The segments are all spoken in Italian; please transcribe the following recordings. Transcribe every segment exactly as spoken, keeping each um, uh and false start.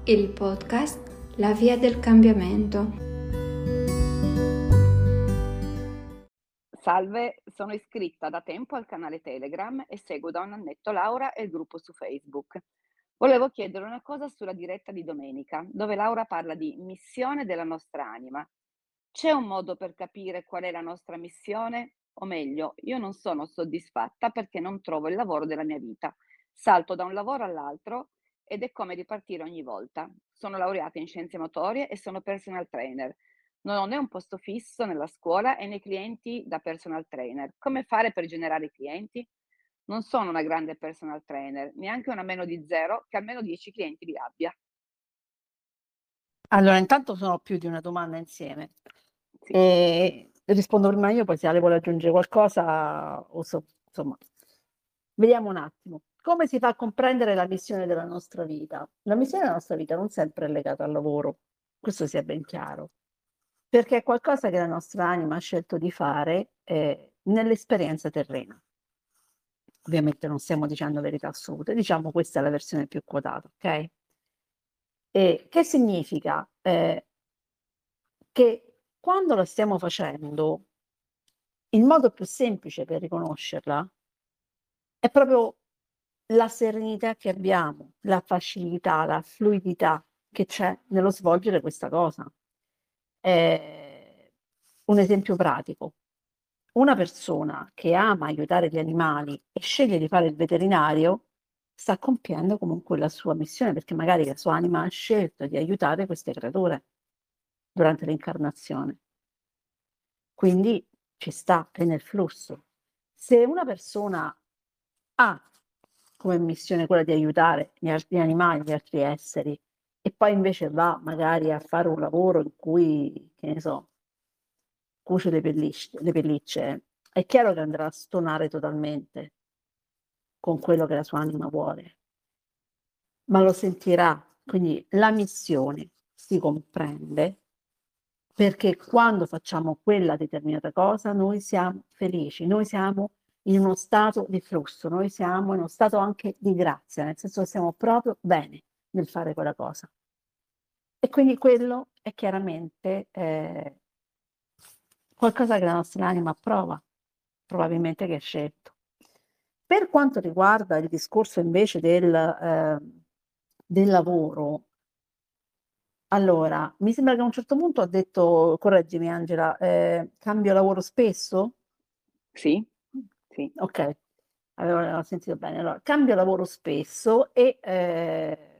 il podcast La Via del Cambiamento. Salve, sono iscritta da tempo al canale Telegram e seguo da un annetto Laura e il gruppo su Facebook. Volevo chiedere una cosa sulla diretta di domenica, dove Laura parla di missione della nostra anima. C'è un modo per capire qual è la nostra missione? O meglio, io non sono soddisfatta perché non trovo il lavoro della mia vita. Salto da un lavoro all'altro ed è come ripartire ogni volta. Sono laureata in scienze motorie e sono personal trainer. Non ho né un posto fisso nella scuola e né clienti da personal trainer. Come fare per generare clienti? Non sono una grande personal trainer, neanche una meno di zero che almeno dieci clienti li abbia. Allora, intanto sono più di una domanda insieme. Sì. E rispondo prima io, poi se Ale vuole aggiungere qualcosa, o so- insomma, vediamo un attimo. Come si fa a comprendere la missione della nostra vita? La missione della nostra vita non sempre è legata al lavoro, questo sia ben chiaro, perché è qualcosa che la nostra anima ha scelto di fare eh, nell'esperienza terrena. Ovviamente non stiamo dicendo verità assolute, diciamo questa è la versione più quotata, ok? E che significa? Eh, che quando la stiamo facendo, il modo più semplice per riconoscerla è proprio la serenità che abbiamo, la facilità, la fluidità che c'è nello svolgere questa cosa. Eh, un esempio pratico. Una persona che ama aiutare gli animali e sceglie di fare il veterinario sta compiendo comunque la sua missione, perché magari la sua anima ha scelto di aiutare queste creature durante l'incarnazione. Quindi ci sta, è nel flusso. Se una persona ha come missione quella di aiutare gli altri animali, gli altri esseri, e poi invece va magari a fare un lavoro in cui, che ne so, cuce le pellicce, le pellicce, è chiaro che andrà a stonare totalmente con quello che la sua anima vuole, ma lo sentirà. Quindi la missione si comprende perché quando facciamo quella determinata cosa noi siamo felici, noi siamo in uno stato di flusso, noi siamo in uno stato anche di grazia, nel senso che siamo proprio bene nel fare quella cosa. E quindi quello è chiaramente eh, qualcosa che la nostra anima approva, probabilmente che ha scelto. Per quanto riguarda il discorso invece del, eh, del lavoro, allora, mi sembra che a un certo punto ha detto, correggimi Angela, eh, cambio lavoro spesso? Sì? Sì. Ok, avevo sentito bene. Allora, cambio lavoro spesso e eh,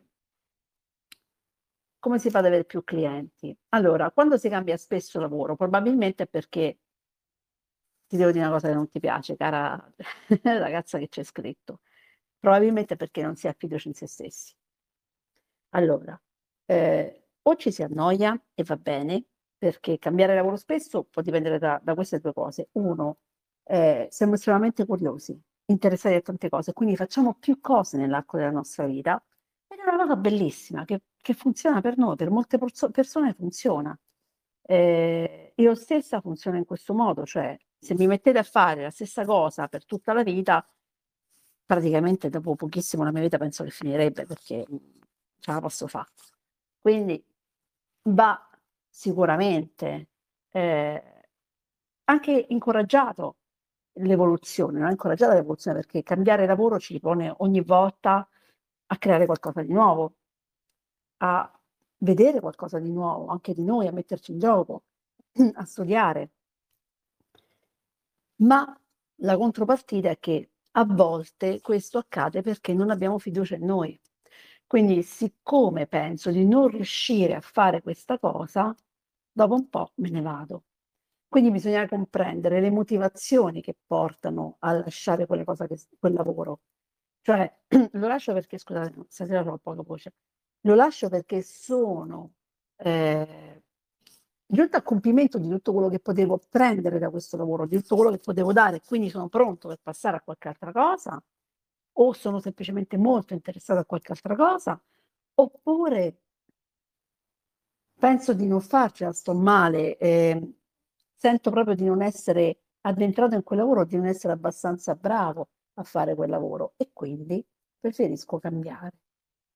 come si fa ad avere più clienti? Allora, quando si cambia spesso lavoro, probabilmente è perché ti devo dire una cosa che non ti piace, cara ragazza che c'è scritto. Probabilmente perché non si ha fiducia in se stessi. Allora, eh, o ci si annoia e va bene, perché cambiare lavoro spesso può dipendere da, da queste due cose. Uno, eh, siamo estremamente curiosi, interessati a tante cose, quindi facciamo più cose nell'arco della nostra vita ed è una cosa bellissima che, che funziona per noi, per molte perso- persone funziona. Eh, io stessa funziono in questo modo, cioè se mi mettete a fare la stessa cosa per tutta la vita, praticamente dopo pochissimo la mia vita penso che finirebbe perché mm, ce la posso fare. Quindi va sicuramente eh, anche incoraggiato l'evoluzione, no? Incoraggiata l'evoluzione perché cambiare lavoro ci pone ogni volta a creare qualcosa di nuovo, a vedere qualcosa di nuovo, anche di noi, a metterci in gioco, a studiare. Ma la contropartita è che a volte questo accade perché non abbiamo fiducia in noi. Quindi, siccome penso di non riuscire a fare questa cosa, dopo un po' me ne vado. Quindi bisogna comprendere le motivazioni che portano a lasciare quelle cose che, quel lavoro. Cioè, lo lascio perché, scusate, stasera ho poca voce, lo lascio perché sono eh, giunta a compimento di tutto quello che potevo prendere da questo lavoro, di tutto quello che potevo dare, quindi sono pronto per passare a qualche altra cosa, o sono semplicemente molto interessato a qualche altra cosa, oppure penso di non farcela, sto male, eh, sento proprio di non essere addentrato in quel lavoro, di non essere abbastanza bravo a fare quel lavoro e quindi preferisco cambiare.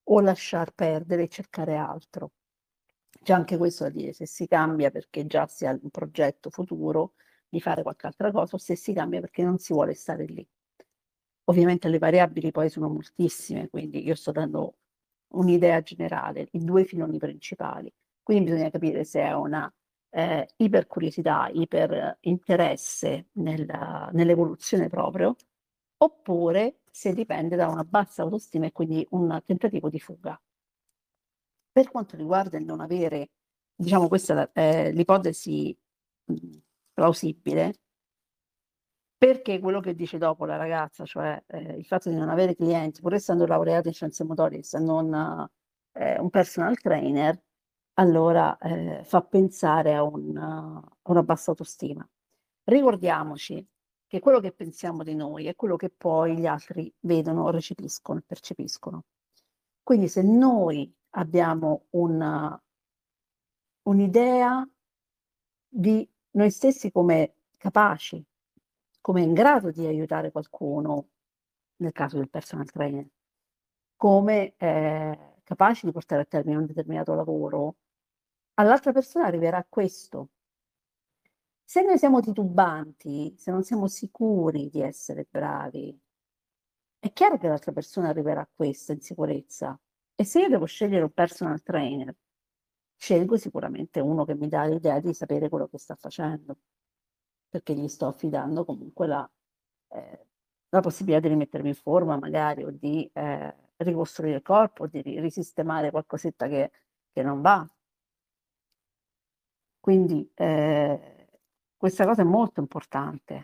o lasciar perdere e cercare altro. C'è anche questo da dire, se si cambia perché già si ha un progetto futuro di fare qualche altra cosa, o se si cambia perché non si vuole stare lì. Ovviamente le variabili poi sono moltissime, quindi io sto dando un'idea generale, i due filoni principali. Quindi bisogna capire se è una eh, ipercuriosità, iperinteresse nel- nell'evoluzione proprio, oppure se dipende da una bassa autostima e quindi un tentativo di fuga. Per quanto riguarda il non avere, diciamo questa è l'ipotesi mh, plausibile, perché quello che dice dopo la ragazza, cioè eh, il fatto di non avere clienti, pur essendo laureata in scienze motorie, essendo un, eh, un personal trainer, allora eh, fa pensare a, un, a una bassa autostima. Ricordiamoci che quello che pensiamo di noi è quello che poi gli altri vedono, recepiscono, percepiscono. Quindi se noi abbiamo una, un'idea di noi stessi come capaci, come in grado di aiutare qualcuno, nel caso del personal trainer, come eh, capaci di portare a termine un determinato lavoro, all'altra persona arriverà questo. Se noi siamo titubanti, se non siamo sicuri di essere bravi, è chiaro che l'altra persona arriverà a questa insicurezza. E se io devo scegliere un personal trainer, scelgo sicuramente uno che mi dà l'idea di sapere quello che sta facendo, perché gli sto affidando comunque la, eh, la possibilità di rimettermi in forma magari, o di eh, ricostruire il corpo, o di ri- risistemare qualcosetta che, che non va. Quindi eh, questa cosa è molto importante.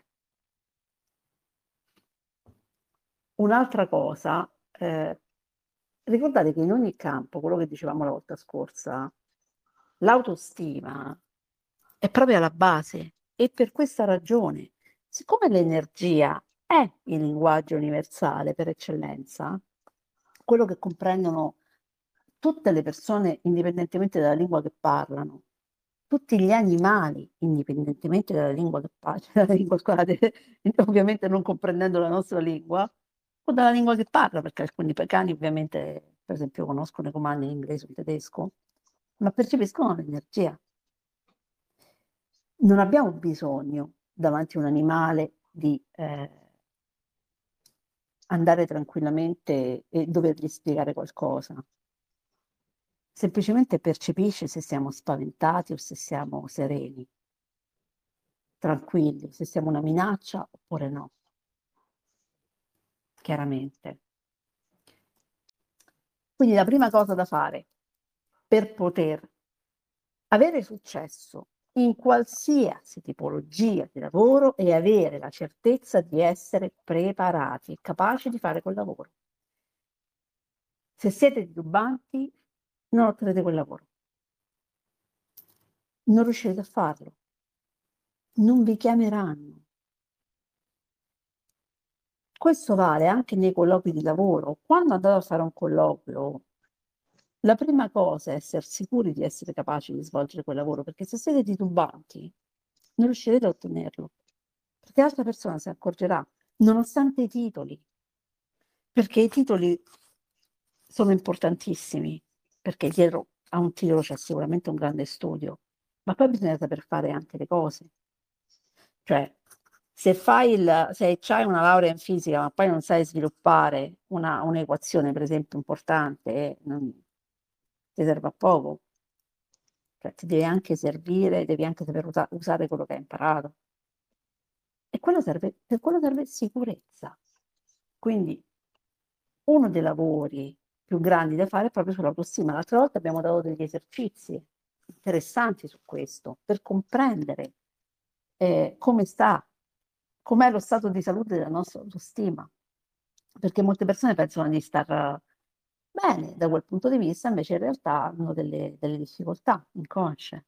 Un'altra cosa, eh, ricordate che in ogni campo, quello che dicevamo la volta scorsa, l'autostima è proprio alla base, e per questa ragione, siccome l'energia è il linguaggio universale per eccellenza, quello che comprendono tutte le persone indipendentemente dalla lingua che parlano, tutti gli animali indipendentemente dalla lingua che parlano, dalla lingua, scusate, ovviamente non comprendendo la nostra lingua, o dalla lingua che parla, perché alcuni cani ovviamente, per esempio, conoscono i comandi in inglese o in tedesco, ma percepiscono l'energia. Non abbiamo bisogno davanti a un animale di eh, andare tranquillamente e dovergli spiegare qualcosa. Semplicemente percepisce se siamo spaventati o se siamo sereni, tranquilli, se siamo una minaccia oppure no, chiaramente. Quindi la prima cosa da fare per poter avere successo in qualsiasi tipologia di lavoro è avere la certezza di essere preparati e capaci di fare quel lavoro. Se siete titubanti, non otterrete quel lavoro. Non riuscirete a farlo. Non vi chiameranno. Questo vale anche nei colloqui di lavoro. Quando andate a fare un colloquio, la prima cosa è essere sicuri di essere capaci di svolgere quel lavoro, perché se siete titubanti non riuscirete a ottenerlo, perché l'altra persona si accorgerà, nonostante i titoli, perché i titoli sono importantissimi, perché dietro a un titolo c'è sicuramente un grande studio, ma poi bisogna saper fare anche le cose. Cioè, se fai il, se hai una laurea in fisica, ma poi non sai sviluppare una, un'equazione, per esempio, importante, e non, ti serve a poco. Cioè, ti deve anche servire, devi anche saper usa- usare quello che hai imparato. E quello serve, per quello serve sicurezza. Quindi uno dei lavori più grandi da fare è proprio sull'autostima. L'altra volta abbiamo dato degli esercizi interessanti su questo, per comprendere eh, come sta, com'è lo stato di salute della nostra autostima. Perché molte persone pensano di star bene da quel punto di vista, invece in realtà hanno delle, delle difficoltà inconsce.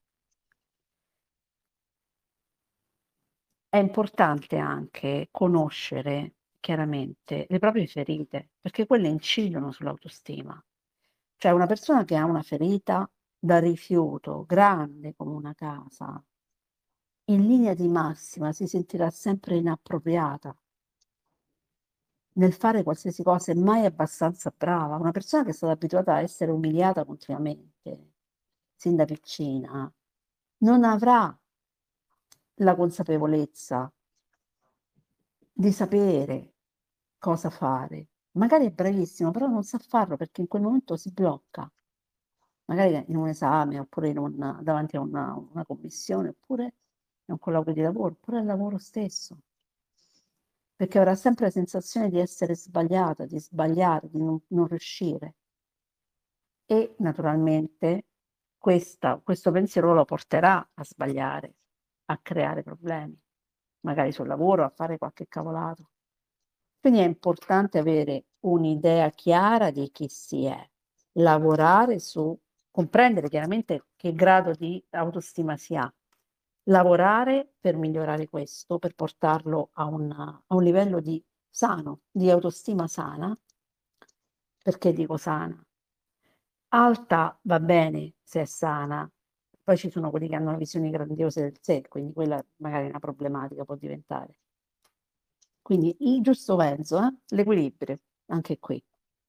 È importante anche conoscere chiaramente le proprie ferite, perché quelle incidono sull'autostima. Cioè una persona che ha una ferita da rifiuto grande come una casa, in linea di massima si sentirà sempre inappropriata. nel fare qualsiasi cosa è mai abbastanza brava. Una persona che è stata abituata a essere umiliata continuamente, sin da piccina, non avrà la consapevolezza di sapere cosa fare. Magari è bravissimo, però non sa farlo perché in quel momento si blocca. Magari in un esame, oppure in un, davanti a una, una commissione, oppure in un colloquio di lavoro, oppure al lavoro stesso. Perché avrà sempre la sensazione di essere sbagliata, di sbagliare, di non, non riuscire. E naturalmente questa, questo pensiero lo porterà a sbagliare, a creare problemi, magari sul lavoro, a fare qualche cavolato. Quindi è importante avere un'idea chiara di chi si è, lavorare su, comprendere chiaramente che grado di autostima si ha, lavorare per migliorare questo, per portarlo a, una, a un livello di sano, di autostima sana. Perché dico sana? Alta va bene se è sana, poi ci sono quelli che hanno visioni grandiose del sé, quindi quella magari è una problematica, può diventare. Quindi il giusto mezzo, eh? L'equilibrio, anche qui.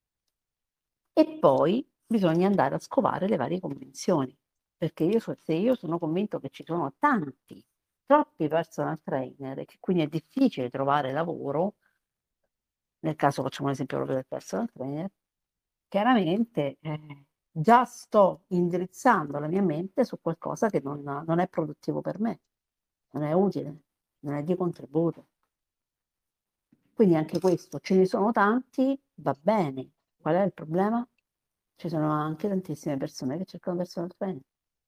E poi bisogna andare a scovare le varie convinzioni, perché io, so- se io sono convinto che ci sono tanti, troppi personal trainer e che quindi è difficile trovare lavoro, nel caso facciamo l'esempio proprio del personal trainer, chiaramente eh, già sto indirizzando la mia mente su qualcosa che non, non è produttivo per me, non è utile, non è di contributo. Quindi anche questo, ce ne sono tanti, va bene. Qual è il problema? Ci sono anche tantissime persone che cercano personal trainer.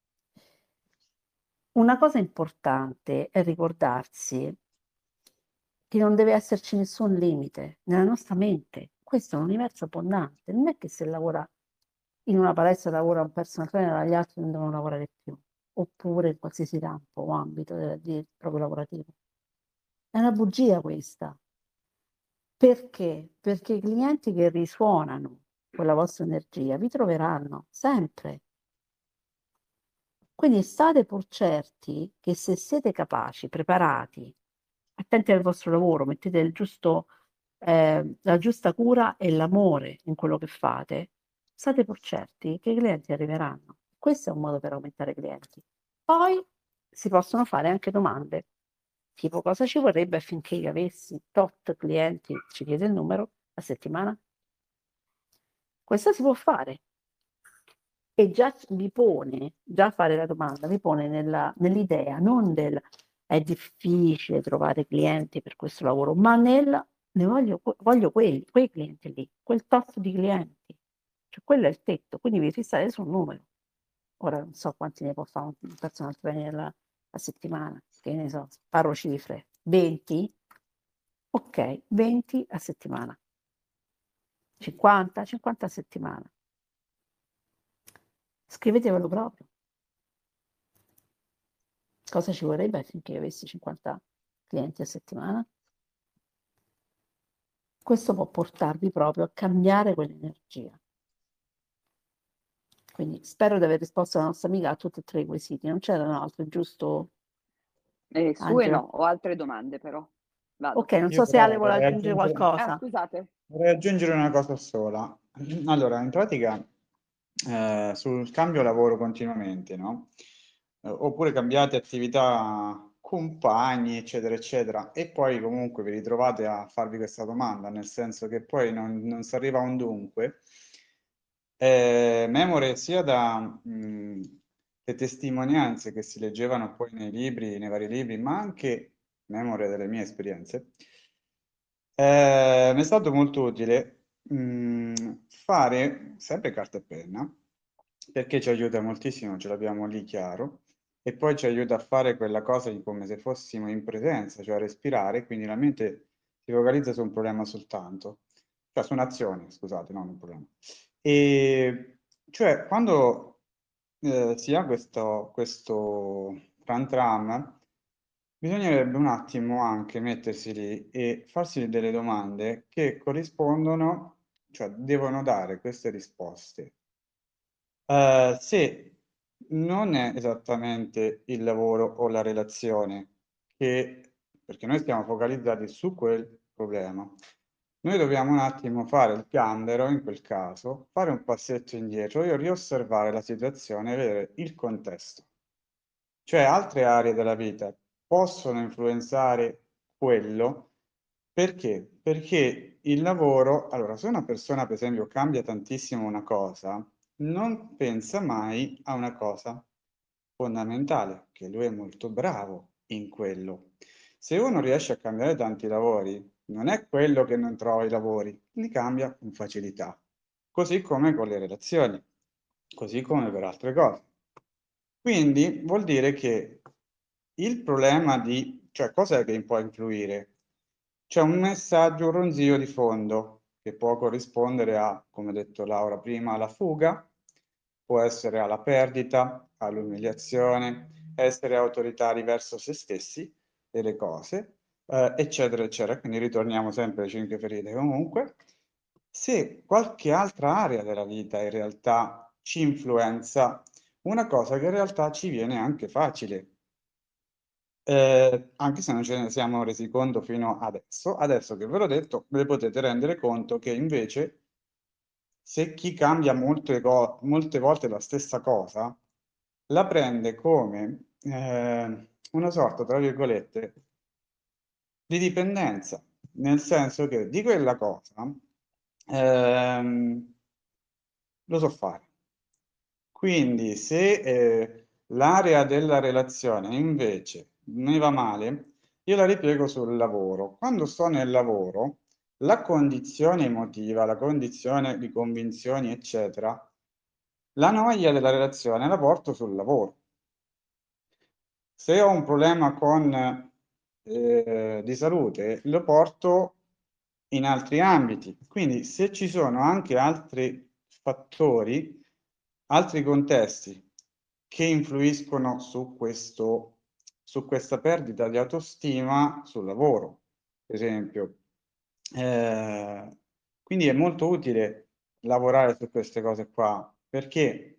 Una cosa importante è ricordarsi che non deve esserci nessun limite nella nostra mente. Questo è un universo abbondante. Non è che se lavora in una palestra lavora un personal trainer, gli altri non devono lavorare più, oppure in qualsiasi campo o ambito del, del proprio lavorativo. È una bugia questa. Perché? Perché i clienti che risuonano con la vostra energia vi troveranno sempre. Quindi state pur certi che se siete capaci, preparati, attenti al vostro lavoro, mettete il giusto, eh, la giusta cura e l'amore in quello che fate, state pur certi che i clienti arriveranno. Questo è un modo per aumentare i clienti. Poi si possono fare anche domande, tipo cosa ci vorrebbe affinché io avessi tot clienti, ci chiede il numero, a settimana? Questo si può fare. E già vi pone, già fare la domanda, vi pone nella, nell'idea, non del è difficile trovare clienti per questo lavoro, ma nel ne voglio, voglio quelli, quei clienti lì, quel tot di clienti. Cioè quello è il tetto, quindi vi fissate su un numero. Ora non so quanti ne può fare un personal trainer a, a settimana, che ne so, sparo cifre. venti? Ok, venti a settimana. cinquanta? cinquanta a settimana. Scrivetevelo proprio. Cosa ci vorrebbe affinché avessi cinquanta clienti a settimana? Questo può portarvi proprio a cambiare quell'energia. Quindi spero di aver risposto alla nostra amica a tutti e tre i quesiti. Non c'erano altri, giusto? Eh, sue Angelo? no, ho altre domande però. Vado. Ok, non Io so se però Ale vuole vorrei aggiungere aggiungere, Ah, qualcosa. scusate. vorrei aggiungere una cosa sola. Allora, in pratica, eh, sul cambio lavoro continuamente, no? Eh, oppure cambiate attività, compagni, eccetera, eccetera, e poi comunque vi ritrovate a farvi questa domanda, nel senso che poi non, non si arriva a un dunque. Eh, memore sia da mh, le testimonianze che si leggevano poi nei libri, nei vari libri, ma anche memore delle mie esperienze, eh, mi è stato molto utile mh, fare sempre carta e penna, perché ci aiuta moltissimo, ce l'abbiamo lì chiaro, e poi ci aiuta a fare quella cosa di come se fossimo in presenza, cioè a respirare, quindi la mente si focalizza su un problema soltanto, cioè su un'azione, scusate, non un problema. E cioè quando eh, si ha questo, questo tran tram, bisognerebbe un attimo anche mettersi lì e farsi delle domande che corrispondono, cioè devono dare queste risposte. Eh, se non è esattamente il lavoro o la relazione, che, perché noi stiamo focalizzati su quel problema, noi dobbiamo un attimo fare il gambero, in quel caso, fare un passetto indietro, io riosservare la situazione e vedere il contesto. Cioè altre aree della vita possono influenzare quello, perché? Perché il lavoro, allora se una persona per esempio cambia tantissimo una cosa, non pensa mai a una cosa fondamentale, che lui è molto bravo in quello. Se uno riesce a cambiare tanti lavori, non è quello che non trova i lavori, li cambia con facilità. Così come con le relazioni, così come per altre cose. Quindi vuol dire che il problema di, cioè cos'è che può influire? C'è un messaggio, un ronzio di fondo che può corrispondere a, come ha detto Laura prima, alla fuga, può essere alla perdita, all'umiliazione, essere autoritari verso se stessi e le cose, eh, eccetera, eccetera. Quindi ritorniamo sempre alle cinque ferite. Comunque, se qualche altra area della vita in realtà ci influenza, una cosa che in realtà ci viene anche facile, eh, anche se non ce ne siamo resi conto fino adesso, adesso che ve l'ho detto, ve potete rendere conto che invece se chi cambia molte, co- molte volte la stessa cosa, la prende come eh, una sorta, tra virgolette, di dipendenza, nel senso che di quella cosa ehm, lo so fare. Quindi se eh, l'area della relazione invece mi va male, io la ripiego sul lavoro. Quando sto nel lavoro, la condizione emotiva, la condizione di convinzioni, eccetera, la noia della relazione la porto sul lavoro. Se ho un problema con, eh, di salute, lo porto in altri ambiti. Quindi se ci sono anche altri fattori, altri contesti che influiscono su questo, su questa perdita di autostima sul lavoro, per esempio. Eh, quindi è molto utile lavorare su queste cose qua, perché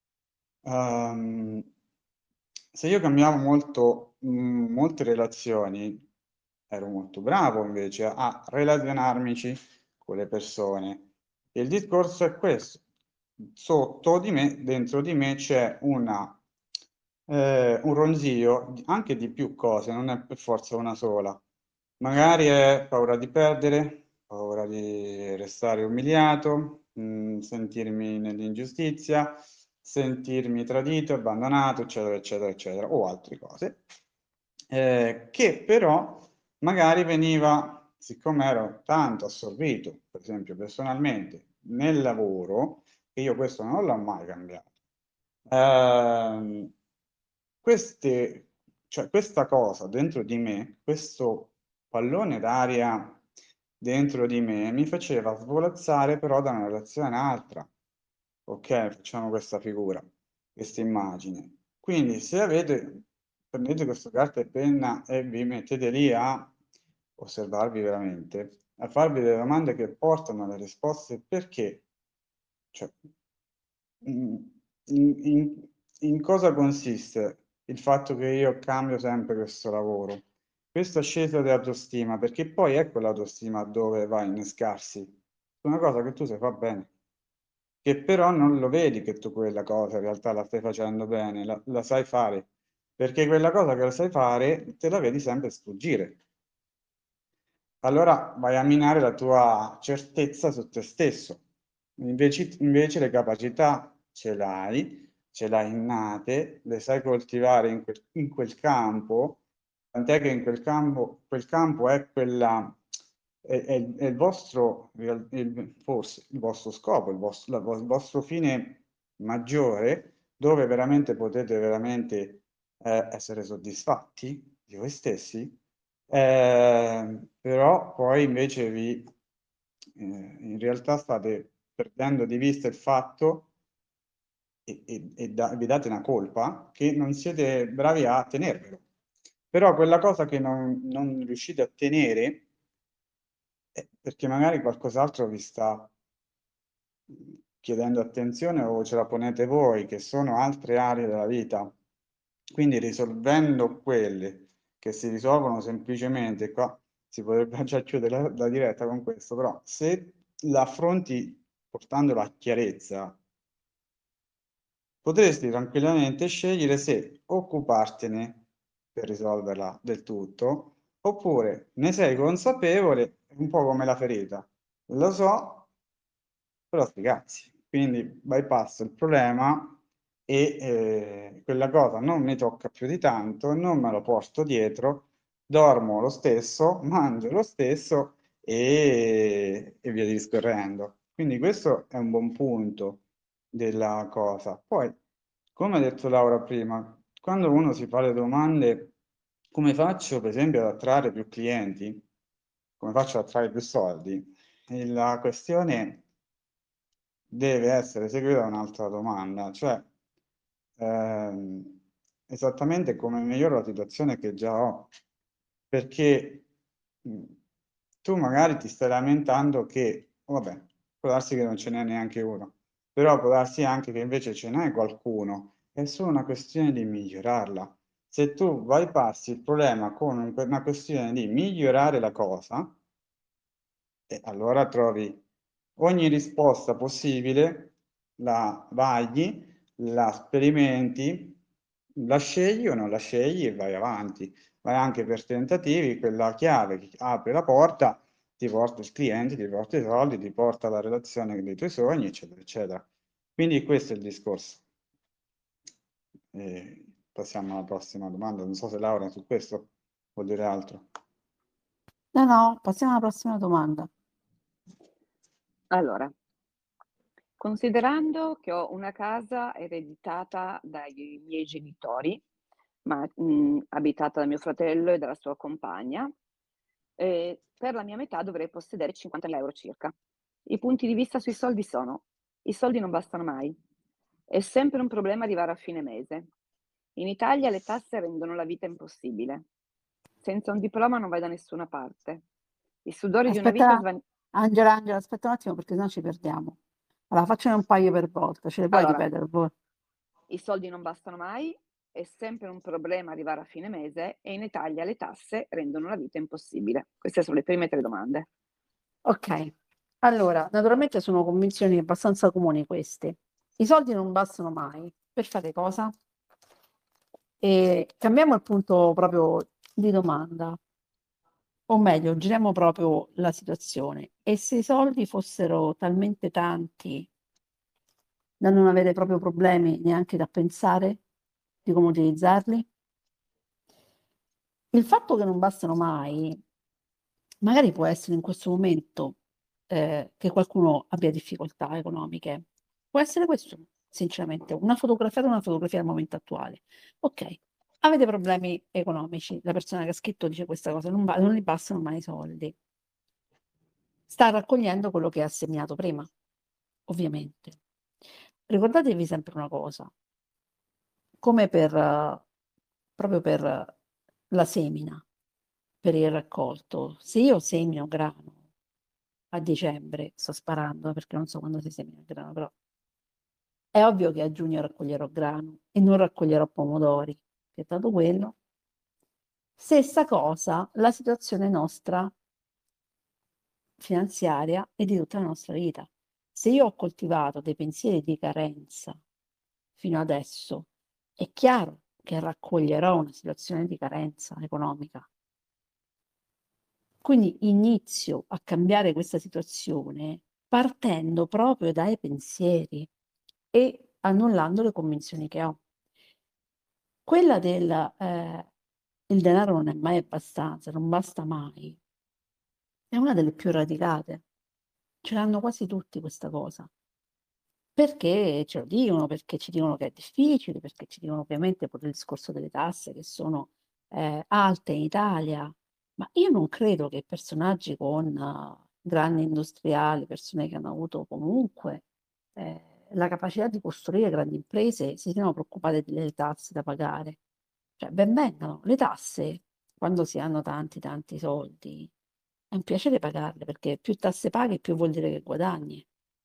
ehm, se io cambiavo molto, mh, molte relazioni, ero molto bravo invece a relazionarmici con le persone. E il discorso è questo. Sotto di me, dentro di me c'è una, eh, un ronzio anche di più cose, non è per forza una sola. Magari è paura di perdere, paura di restare umiliato, mh, sentirmi nell'ingiustizia, sentirmi tradito, abbandonato, eccetera, eccetera, eccetera, o altre cose, eh, che però magari veniva, siccome ero tanto assorbito, per esempio personalmente, nel lavoro, che io questo non l'ho mai cambiato. Ehm, queste, cioè questa cosa dentro di me, questo pallone d'aria dentro di me mi faceva svolazzare però da una relazione all'altra. Ok, facciamo questa figura, questa immagine. Quindi se avete, prendete questa carta e penna e vi mettete lì a osservarvi veramente, a farvi delle domande che portano alle risposte perché, cioè, in, in- in cosa consiste il fatto che io cambio sempre questo lavoro? Questa ascesa di autostima, perché poi ecco l'autostima dove va a innescarsi, su una cosa che tu sai fa bene, che però non lo vedi che tu quella cosa in realtà la stai facendo bene, la, la sai fare, perché quella cosa che la sai fare te la vedi sempre sfuggire. Allora vai a minare la tua certezza su te stesso. Invece, invece le capacità ce l'hai, ce l'hai innate, le sai coltivare in quel, in quel campo, tant'è che in quel campo, quel campo è quella, è, è- è il vostro, il- forse il vostro scopo, il vostro, la- il vostro fine maggiore, dove veramente potete veramente eh, essere soddisfatti di voi stessi. Eh, però poi invece vi, eh, in realtà state perdendo di vista il fatto e, e- e da- vi date una colpa che non siete bravi a tenervelo. Però quella cosa che non, non riuscite a tenere è perché magari qualcos'altro vi sta chiedendo attenzione o ce la ponete voi, che sono altre aree della vita. Quindi risolvendo quelle che si risolvono semplicemente qua si potrebbe già chiudere la, la diretta con questo, però se la affronti portandola a chiarezza, potresti tranquillamente scegliere se occupartene per risolverla del tutto, oppure ne sei consapevole, un po' come la ferita. Lo so, però sti cazzi. Quindi bypasso il problema e eh, quella cosa non mi tocca più di tanto, non me lo porto dietro, dormo lo stesso, mangio lo stesso e, e via discorrendo. Quindi questo è un buon punto della cosa. Poi, come ha detto Laura prima, quando uno si fa le domande, come faccio per esempio ad attrarre più clienti, come faccio ad attrarre più soldi, e la questione deve essere seguita da un'altra domanda, cioè ehm, esattamente come miglioro la situazione che già ho, perché mh, tu magari ti stai lamentando che, vabbè, può darsi che non ce n'è neanche uno, però può darsi anche che invece ce n'è qualcuno, è solo una questione di migliorarla. Se tu bypassi il problema con un- una questione di migliorare la cosa, e allora trovi ogni risposta possibile, la vagli, la sperimenti, la scegli o non la scegli e vai avanti. Vai anche per tentativi, quella chiave che apre la porta, ti porta il cliente, ti porta i soldi, ti porta la relazione dei tuoi sogni, eccetera, eccetera. Quindi questo è il discorso. E passiamo alla prossima domanda. Non so se Laura su questo vuol dire altro. No, no, passiamo alla prossima domanda. Allora, considerando che ho una casa ereditata dai miei genitori, ma mh, abitata da mio fratello e dalla sua compagna, eh, per la mia metà dovrei possedere cinquantamila euro circa. I punti di vista sui soldi sono: i soldi non bastano mai, è sempre un problema arrivare a fine mese. In Italia le tasse rendono la vita impossibile. Senza un diploma non vai da nessuna parte. Il sudore di una vita Aspetta, svan- Angela, Angela, aspetta un attimo perché sennò ci perdiamo. Allora, faccione un paio per volta, ce le puoi Allora, ripetere? voi? i soldi non bastano mai, è sempre un problema arrivare a fine mese e in Italia le tasse rendono la vita impossibile. Queste sono le prime tre domande. Ok, allora, naturalmente sono convinzioni abbastanza comuni queste. I soldi non bastano mai. Per fare cosa? E cambiamo il punto proprio di domanda, o meglio, giriamo proprio la situazione. E se i soldi fossero talmente tanti da non avere proprio problemi neanche da pensare di come utilizzarli? Il fatto che non bastano mai, magari può essere in questo momento eh, che qualcuno abbia difficoltà economiche. Può essere questo, sinceramente, una fotografia una fotografia al momento attuale. Ok, avete problemi economici, la persona che ha scritto dice questa cosa, non, va- non gli bastano mai i soldi. Sta raccogliendo quello che ha segnato prima, ovviamente. Ricordatevi sempre una cosa, come per, eh, proprio per eh, la semina, per il raccolto. Se io semino grano a dicembre, sto sparando perché non so quando si semina il grano, però è ovvio che a giugno raccoglierò grano e non raccoglierò pomodori, che è stato quello. Stessa cosa la situazione nostra finanziaria e di tutta la nostra vita. Se io ho coltivato dei pensieri di carenza fino adesso, è chiaro che raccoglierò una situazione di carenza economica. Quindi inizio a cambiare questa situazione partendo proprio dai pensieri e annullando le convinzioni che ho. Quella del eh, il denaro non è mai abbastanza, non basta mai, è una delle più radicate. Ce l'hanno quasi tutti questa cosa. Perché ce lo dicono, perché ci dicono che è difficile, perché ci dicono ovviamente pure il discorso delle tasse che sono eh, alte in Italia, ma io non credo che personaggi con uh, grandi industriali, persone che hanno avuto comunque eh, la capacità di costruire grandi imprese, si siano preoccupate delle tasse da pagare. Cioè, ben vengano, le tasse, quando si hanno tanti tanti soldi, è un piacere pagarle, perché più tasse paghi, più vuol dire che guadagni.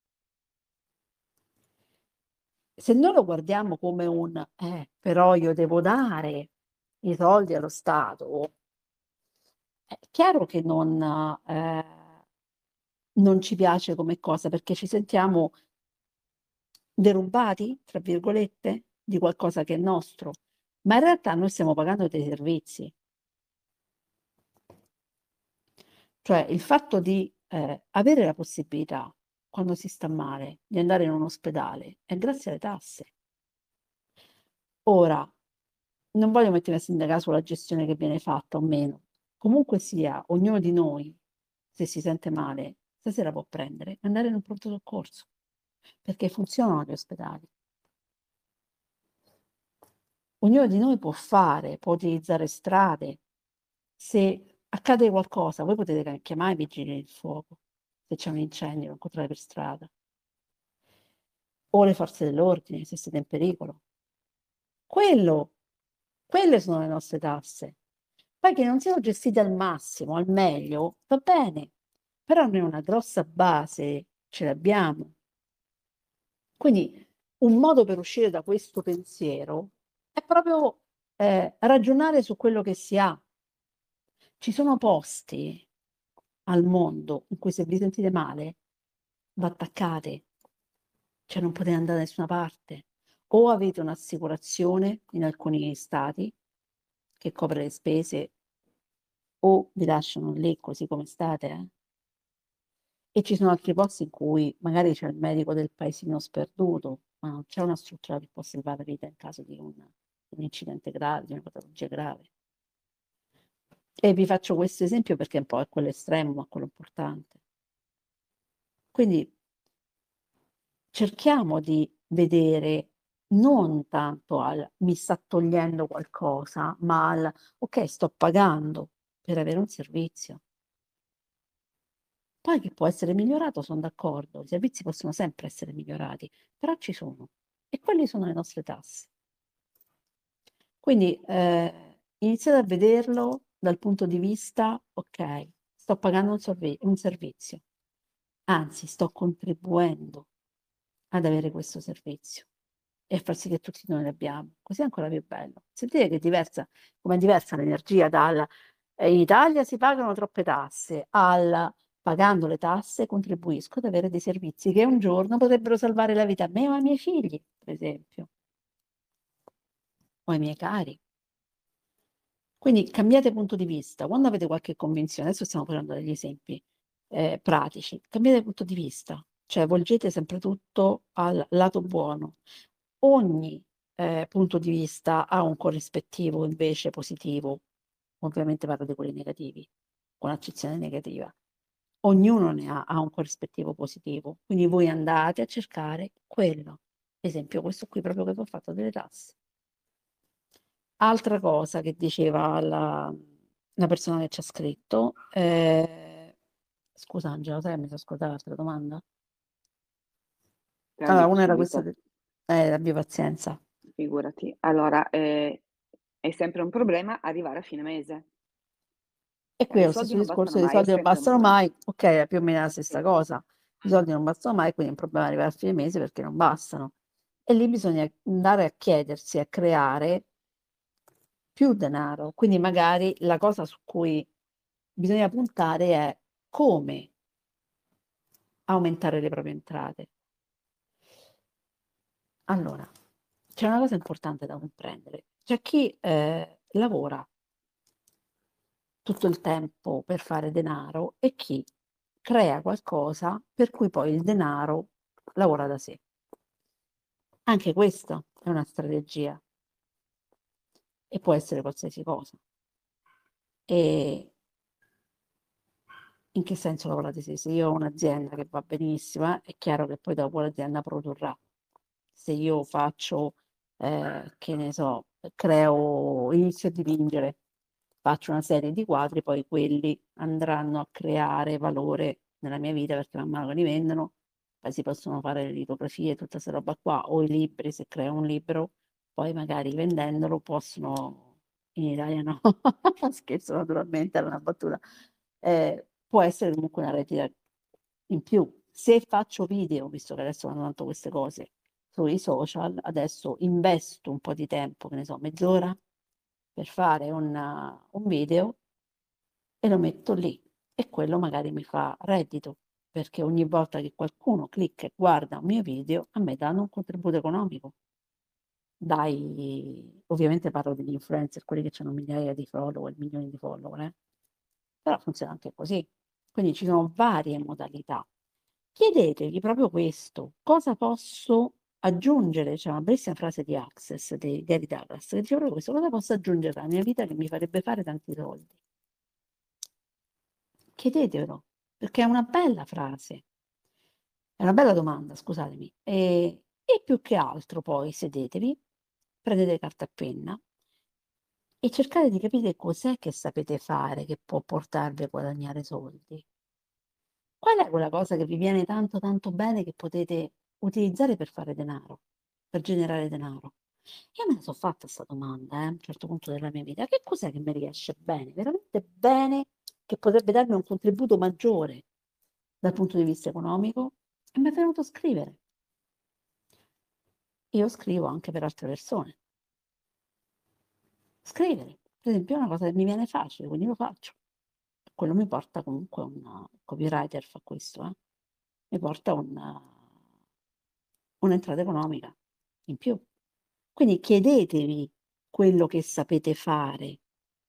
Se noi lo guardiamo come un, eh, però io devo dare i soldi allo Stato, È chiaro che non, eh, non ci piace come cosa perché ci sentiamo derubati, tra virgolette, di qualcosa che è nostro, ma in realtà noi stiamo pagando dei servizi. Cioè il fatto di eh, avere la possibilità, quando si sta male, di andare in un ospedale è grazie alle tasse. Ora, non voglio mettermi a sindacare sulla gestione che viene fatta o meno. Comunque sia, ognuno di noi, se si sente male, stasera può prendere e andare in un pronto soccorso, perché funzionano gli ospedali. Ognuno di noi può fare, può utilizzare strade. Se accade qualcosa, voi potete chiamare i vigili del fuoco, se c'è un incendio, lo incontrate per strada, o le forze dell'ordine, se siete in pericolo. Quello, quelle sono le nostre tasse. Poi che non siano gestite al massimo, al meglio, va bene, però noi una grossa base ce l'abbiamo. Quindi un modo per uscire da questo pensiero è proprio eh, ragionare su quello che si ha. Ci sono posti al mondo in cui se vi sentite male, vi attaccate, cioè non potete andare da nessuna parte. O avete un'assicurazione in alcuni stati che copre le spese, o vi lasciano lì così come state. Eh? E ci sono altri posti in cui magari c'è il medico del paesino sperduto, ma non c'è una struttura che può salvare la vita in caso di un, un incidente grave, di una patologia grave. E vi faccio questo esempio perché un po' è quello estremo, ma quello importante. Quindi cerchiamo di vedere non tanto al mi sta togliendo qualcosa, ma al ok, sto pagando per avere un servizio. Poi che può essere migliorato, sono d'accordo, i servizi possono sempre essere migliorati, però ci sono e quelle sono le nostre tasse. Quindi eh, iniziate a vederlo dal punto di vista, ok, sto pagando un, servi- un servizio, anzi sto contribuendo ad avere questo servizio e a far sì che tutti noi l'abbiamo, così è ancora più bello. Sentite che è diversa, come è diversa l'energia dal eh, in Italia si pagano troppe tasse, al pagando le tasse contribuisco ad avere dei servizi che un giorno potrebbero salvare la vita a me o ai miei figli, per esempio, o ai miei cari. Quindi cambiate punto di vista, quando avete qualche convinzione, adesso stiamo parlando degli esempi eh, pratici, cambiate punto di vista, cioè volgete sempre tutto al lato buono. Ogni eh, punto di vista ha un corrispettivo invece positivo, ovviamente parlo di quelli negativi, con accezione negativa. Ognuno ne ha, ha un corrispettivo positivo, quindi voi andate a cercare quello. Esempio, questo qui proprio che vi ho fatto delle tasse. Altra cosa che diceva la, la persona che ci ha scritto, eh, scusa Angela, sai, mi sono scordata l'altra domanda? Te la Allora, dico una era questa, subito, de- eh, abbia pazienza. figurati. Allora, eh, è sempre un problema arrivare a fine mese. E qui Cioè, è i lo soldi stesso non discorso, bastano i mai, è soldi non sempre un bastano problema. mai, ok, è più o meno la stessa Sì. cosa, i soldi non bastano mai, quindi è un problema arrivare a fine mese perché non bastano. E lì bisogna andare a chiedersi, a creare più denaro. Quindi magari la cosa su cui bisogna puntare è come aumentare le proprie entrate. Allora, c'è una cosa importante da comprendere. C'è chi eh, lavora tutto il tempo per fare denaro e chi crea qualcosa per cui poi il denaro lavora da sé. Anche questa è una strategia e può essere qualsiasi cosa. E in che senso lavorate se? Se io ho un'azienda che va benissimo, eh, è chiaro che poi dopo l'azienda produrrà. Se io faccio, eh, che ne so, creo, inizio a dipingere, faccio una serie di quadri, poi quelli andranno a creare valore nella mia vita perché man mano che li vendono, poi si possono fare le litografie, tutta questa roba qua, o i libri, se creo un libro, poi magari vendendolo possono, in Italia no, scherzo naturalmente, era una battuta, eh, può essere comunque una rete in più. Se faccio video, visto che adesso vanno tanto queste cose sui social, adesso investo un po' di tempo, che ne so, mezz'ora per fare un, un video e lo metto lì e quello magari mi fa reddito, perché ogni volta che qualcuno clicca e guarda un mio video, a me danno un contributo economico. Dai, ovviamente parlo degli influencer, quelli che hanno migliaia di follower, milioni di follower, eh. Però funziona anche così. Quindi ci sono varie modalità. Chiedetegli proprio questo, cosa posso aggiungere? C'è una bellissima frase di Access di Gary Douglas che dice proprio questo, cosa posso aggiungere alla mia vita che mi farebbe fare tanti soldi? Chiedetelo, perché è una bella frase, è una bella domanda, scusatemi. E, e più che altro poi sedetevi, prendete carta e penna e cercate di capire cos'è che sapete fare che può portarvi a guadagnare soldi. Qual è quella cosa che vi viene tanto tanto bene che potete utilizzare per fare denaro, per generare denaro? Io me la sono fatta questa domanda, eh, a un certo punto della mia vita. Che cos'è che mi riesce bene, veramente bene, che potrebbe darmi un contributo maggiore dal punto di vista economico? E mi è venuto a scrivere. Io scrivo anche per altre persone. Scrivere, per esempio, è una cosa che mi viene facile, quindi lo faccio. Quello mi porta comunque un copywriter fa questo, eh? Mi porta un, un'entrata economica in più. Quindi chiedetevi quello che sapete fare,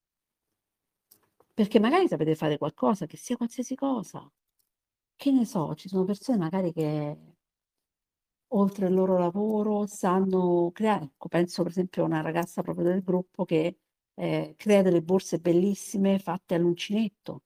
perché magari sapete fare qualcosa, che sia qualsiasi cosa. Che ne so, ci sono persone magari che oltre il loro lavoro sanno creare, ecco, penso per esempio a una ragazza proprio del gruppo che eh, crea delle borse bellissime fatte all'uncinetto.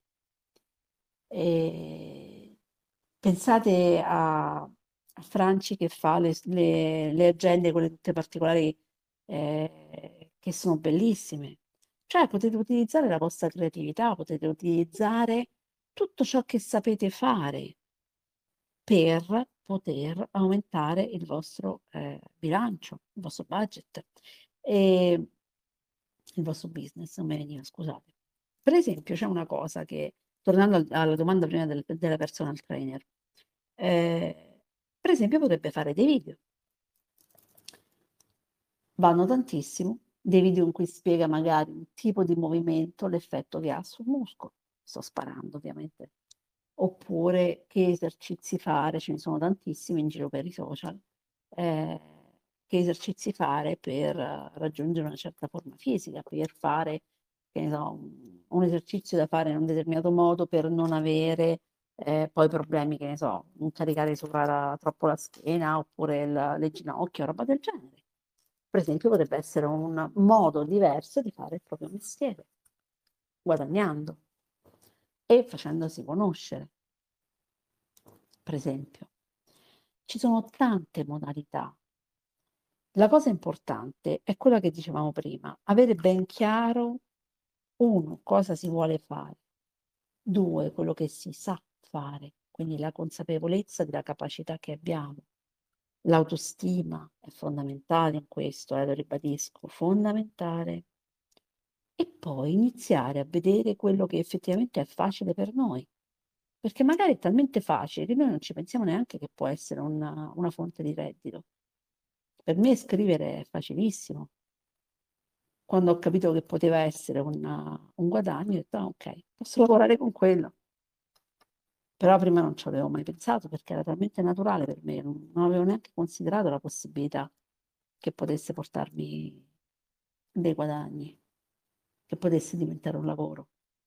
E pensate a, a Franci che fa le, le- le agende, quelle tutte particolari, eh, che sono bellissime. Cioè potete utilizzare la vostra creatività, potete utilizzare tutto ciò che sapete fare per poter aumentare il vostro eh, bilancio, il vostro budget e il vostro business, non mi veniva, scusate. Per esempio, c'è una cosa che, tornando al- alla domanda prima del- della personal trainer, eh, per esempio potrebbe fare dei video. Vanno tantissimo, dei video in cui spiega magari un tipo di movimento, l'effetto che ha sul muscolo. Sto sparando, ovviamente. Oppure che esercizi fare, ce ne sono tantissimi in giro per i social, eh, che esercizi fare per eh, raggiungere una certa forma fisica, per fare, che ne so, un, un esercizio da fare in un determinato modo per non avere eh, poi problemi, che ne so, non caricare sopra la- troppo la schiena oppure il- le ginocchia, roba del genere. Per esempio, potrebbe essere un modo diverso di fare il proprio mestiere, guadagnando e facendosi conoscere, per esempio. Ci sono tante modalità. La cosa importante è quella che dicevamo prima, avere ben chiaro, uno, cosa si vuole fare, due, quello che si sa fare, quindi la consapevolezza della capacità che abbiamo. L'autostima è fondamentale in questo, eh, lo ribadisco, fondamentale. E poi iniziare a vedere quello che effettivamente è facile per noi, perché magari è talmente facile che noi non ci pensiamo neanche che può essere una, una fonte di reddito. Per me scrivere è facilissimo. Quando ho capito che poteva essere una- un guadagno, ho detto, ah, ok, posso lavorare con quello. Però prima non ci avevo mai pensato perché era talmente naturale per me, non, non avevo neanche considerato la possibilità che potesse portarmi dei guadagni, che potesse diventare un lavoro.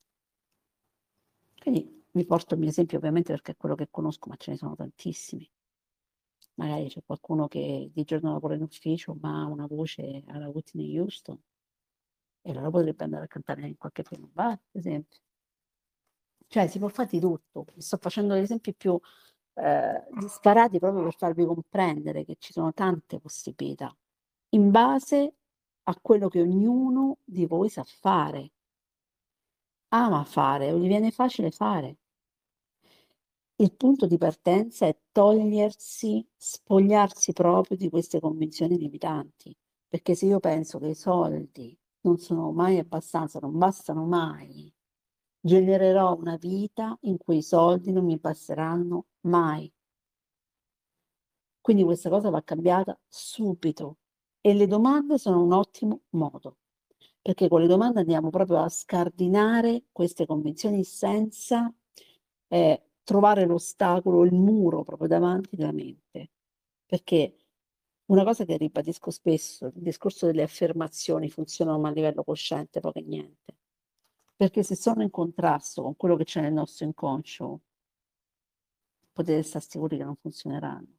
Quindi vi porto il mio esempio ovviamente perché è quello che conosco, ma ce ne sono tantissimi. Magari c'è qualcuno che di giorno lavora in ufficio, ma ha una voce alla Whitney Houston e allora potrebbe andare a cantare in qualche film bar, ad esempio. Cioè si può fare di tutto. Vi sto facendo degli esempi più eh, disparati proprio per farvi comprendere che ci sono tante possibilità in base a quello che ognuno di voi sa fare, ama fare o gli viene facile fare. Il punto di partenza è togliersi, spogliarsi proprio di queste convinzioni limitanti, perché se io penso che i soldi non sono mai abbastanza, non bastano mai, genererò una vita in cui i soldi non mi basteranno mai. Quindi questa cosa va cambiata subito e le domande sono un ottimo modo. perché con le domande andiamo proprio a scardinare queste convinzioni senza eh, trovare l'ostacolo, il muro proprio davanti della mente. Perché una cosa che ribadisco spesso, il discorso delle affermazioni funzionano ma a livello cosciente, poco e niente. Perché se sono in contrasto con quello che c'è nel nostro inconscio, potete stare sicuri che non funzioneranno.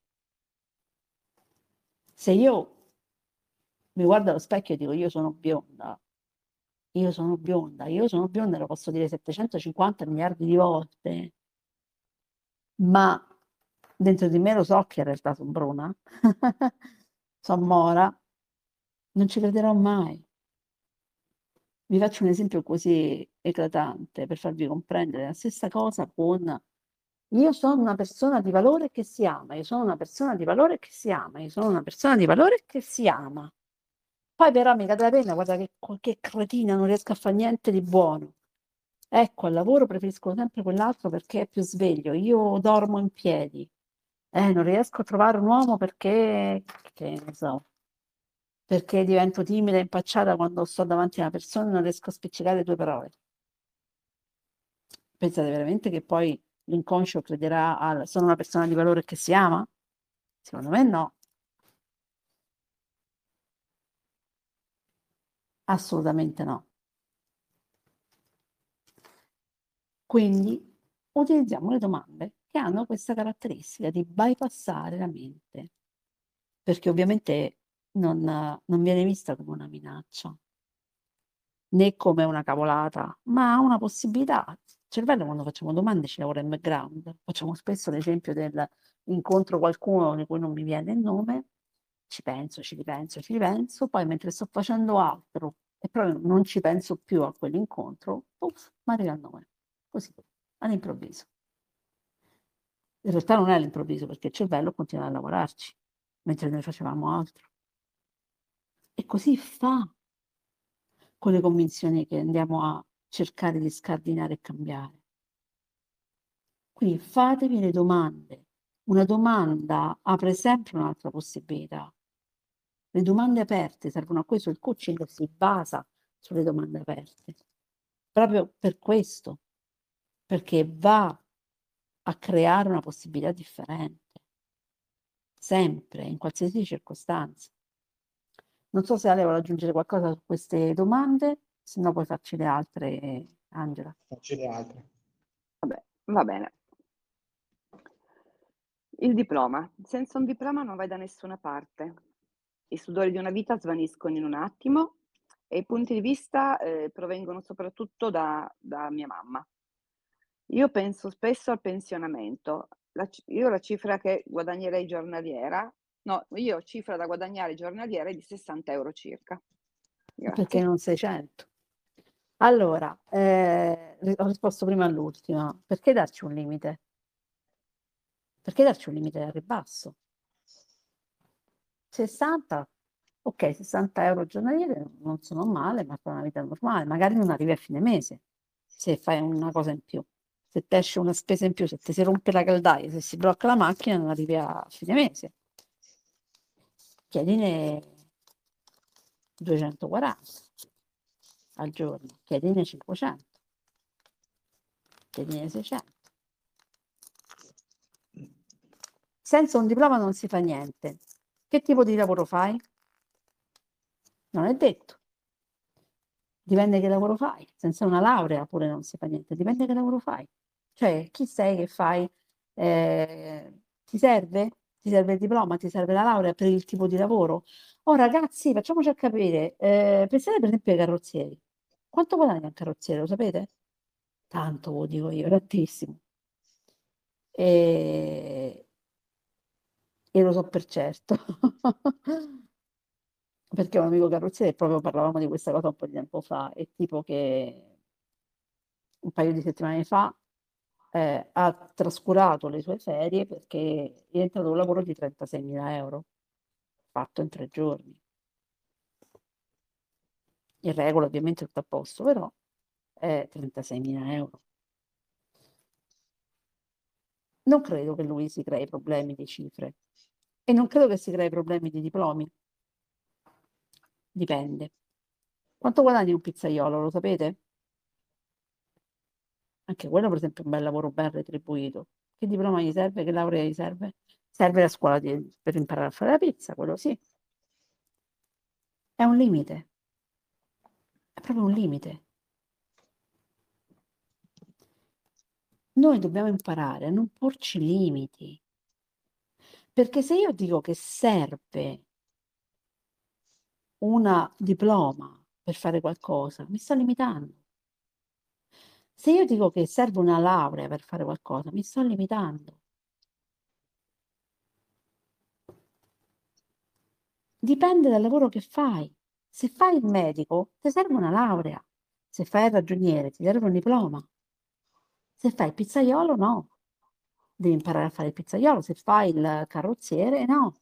Se io mi guardo allo specchio e dico io sono bionda, io sono bionda, io sono bionda, lo posso dire settecentocinquanta miliardi di volte, ma dentro di me lo so che in realtà sono bruna, sono mora, non ci crederò mai. Vi faccio un esempio così eclatante per farvi comprendere la stessa cosa con io sono una persona di valore che si ama, io sono una persona di valore che si ama, io sono una persona di valore che si ama. Poi però mi cade la pena, guarda che, che cretina, non riesco a fare niente di buono. Ecco, al lavoro preferisco sempre quell'altro perché è più sveglio, io dormo in piedi. Eh, non riesco a trovare un uomo perché, che ne so, perché divento timida e impacciata quando sto davanti a una persona e non riesco a spiccicare due parole. Pensate veramente che poi l'inconscio crederà al sono una persona di valore che si ama? Secondo me no. Assolutamente no. Quindi utilizziamo le domande che hanno questa caratteristica di bypassare la mente, perché ovviamente non, non viene vista come una minaccia, né come una cavolata, ma una possibilità. Il cervello quando facciamo domande ci lavora in background. Facciamo spesso l'esempio dell'incontro qualcuno di cui non mi viene il nome, ci penso, ci ripenso, ci ripenso, poi mentre sto facendo altro e proprio non ci penso più a quell'incontro, uff, mi arriva il nome, così, all'improvviso. In realtà non è all'improvviso perché il cervello continua a lavorarci, mentre noi facevamo altro. E così fa con le convinzioni che andiamo a cercare di scardinare e cambiare. Quindi fatevi le domande. Una domanda apre sempre un'altra possibilità. Le domande aperte servono a questo, il coaching si basa sulle domande aperte. Proprio per questo, perché va a creare una possibilità differente, sempre, in qualsiasi circostanza. Non so se Ale vuole aggiungere qualcosa su queste domande, se no puoi farci le altre, Angela. Facci le altre. Vabbè, va bene. Il diploma. Senza un diploma non vai da nessuna parte. I sudori di una vita svaniscono in un attimo e i punti di vista eh, provengono soprattutto da, da mia mamma. Io penso spesso al pensionamento. La ci- io la cifra che guadagnerei giornaliera, no, io ho cifra da guadagnare giornaliera di sessanta euro circa. Perché Grazie. non seicento? Allora, eh, ho risposto prima all'ultima. Perché darci un limite? Perché darci un limite al ribasso? sessanta, ok, sessanta euro giornalieri non sono male, ma per una vita normale. Magari non arrivi a fine mese se fai una cosa in più. Se ti esce una spesa in più, se ti si rompe la caldaia, se si blocca la macchina, non arrivi a fine mese. Chiedine duecentoquaranta al giorno, chiedine cinquecento, chiedine seicento. Senza un diploma non si fa niente. Che tipo di lavoro fai? Non è detto. Dipende che lavoro fai. Senza una laurea pure non si fa niente. Dipende che lavoro fai. Cioè, chi sei che fai? Eh, ti serve? Ti serve il diploma? Ti serve la laurea per il tipo di lavoro? Oh ragazzi, facciamoci a capire. Eh, pensate per esempio ai carrozzieri. Quanto guadagna un carrozziere, lo sapete? Tanto, lo dico io, tantissimo. E, e lo so per certo. Perché un amico carrozziere, proprio parlavamo di questa cosa un po' di tempo fa, è tipo che un paio di settimane fa eh, ha trascurato le sue ferie perché è entrato un lavoro di trentaseimila euro, fatto in tre giorni. In regola ovviamente tutto a posto, però è trentaseimila euro. Non credo che lui si crei problemi di cifre e non credo che si crei problemi di diplomi. Dipende. Quanto guadagna un pizzaiolo, lo sapete? Anche quello, per esempio, è un bel lavoro ben retribuito. Che diploma gli serve? Che laurea gli serve? Serve la scuola di- per imparare a fare la pizza, quello sì. È un limite, è proprio un limite. Noi dobbiamo imparare a non porci limiti, perché se io dico che serve un diploma per fare qualcosa, mi sto limitando. Se io dico che serve una laurea per fare qualcosa, mi sto limitando. Dipende dal lavoro che fai. Se fai il medico, ti serve una laurea. Se fai il ragioniere, ti serve un diploma. Se fai il pizzaiolo, no. Devi imparare a fare il pizzaiolo. Se fai il carrozziere, no.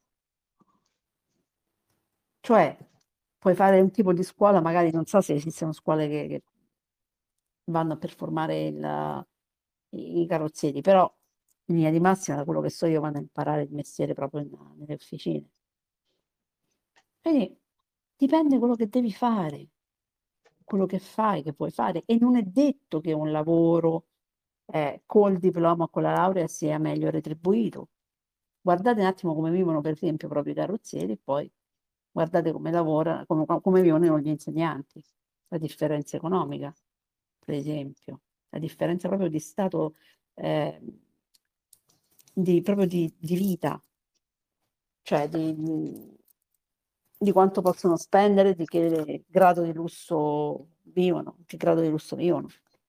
Cioè, puoi fare un tipo di scuola, magari non so se esistono scuole che, che vanno per formare il- i, i carrozzieri, però in linea di massima, da quello che so io, vanno a imparare il mestiere proprio in- nelle officine. Quindi dipende quello che devi fare, quello che fai, che puoi fare. E non è detto che un lavoro eh, col diploma o con la laurea sia meglio retribuito. Guardate un attimo come vivono, per esempio, proprio i carrozzieri, e poi guardate come lavorano, come, come vivono gli insegnanti, la differenza economica, per esempio, la differenza proprio di stato, eh, di, proprio di, di vita, cioè di, di quanto possono spendere, di che grado di lusso vivono, che grado di lusso vivono.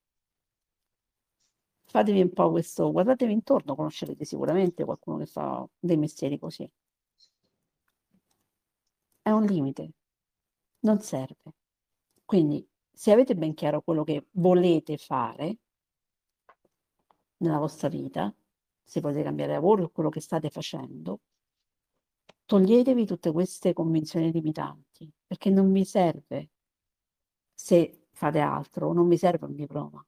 Fatevi un po' questo, guardatevi intorno, conoscerete sicuramente qualcuno che fa dei mestieri così. È un limite, non serve. Quindi, se avete ben chiaro quello che volete fare nella vostra vita, se volete cambiare lavoro o quello che state facendo, toglietevi tutte queste convinzioni limitanti, perché non vi serve se fate altro, non vi serve un diploma.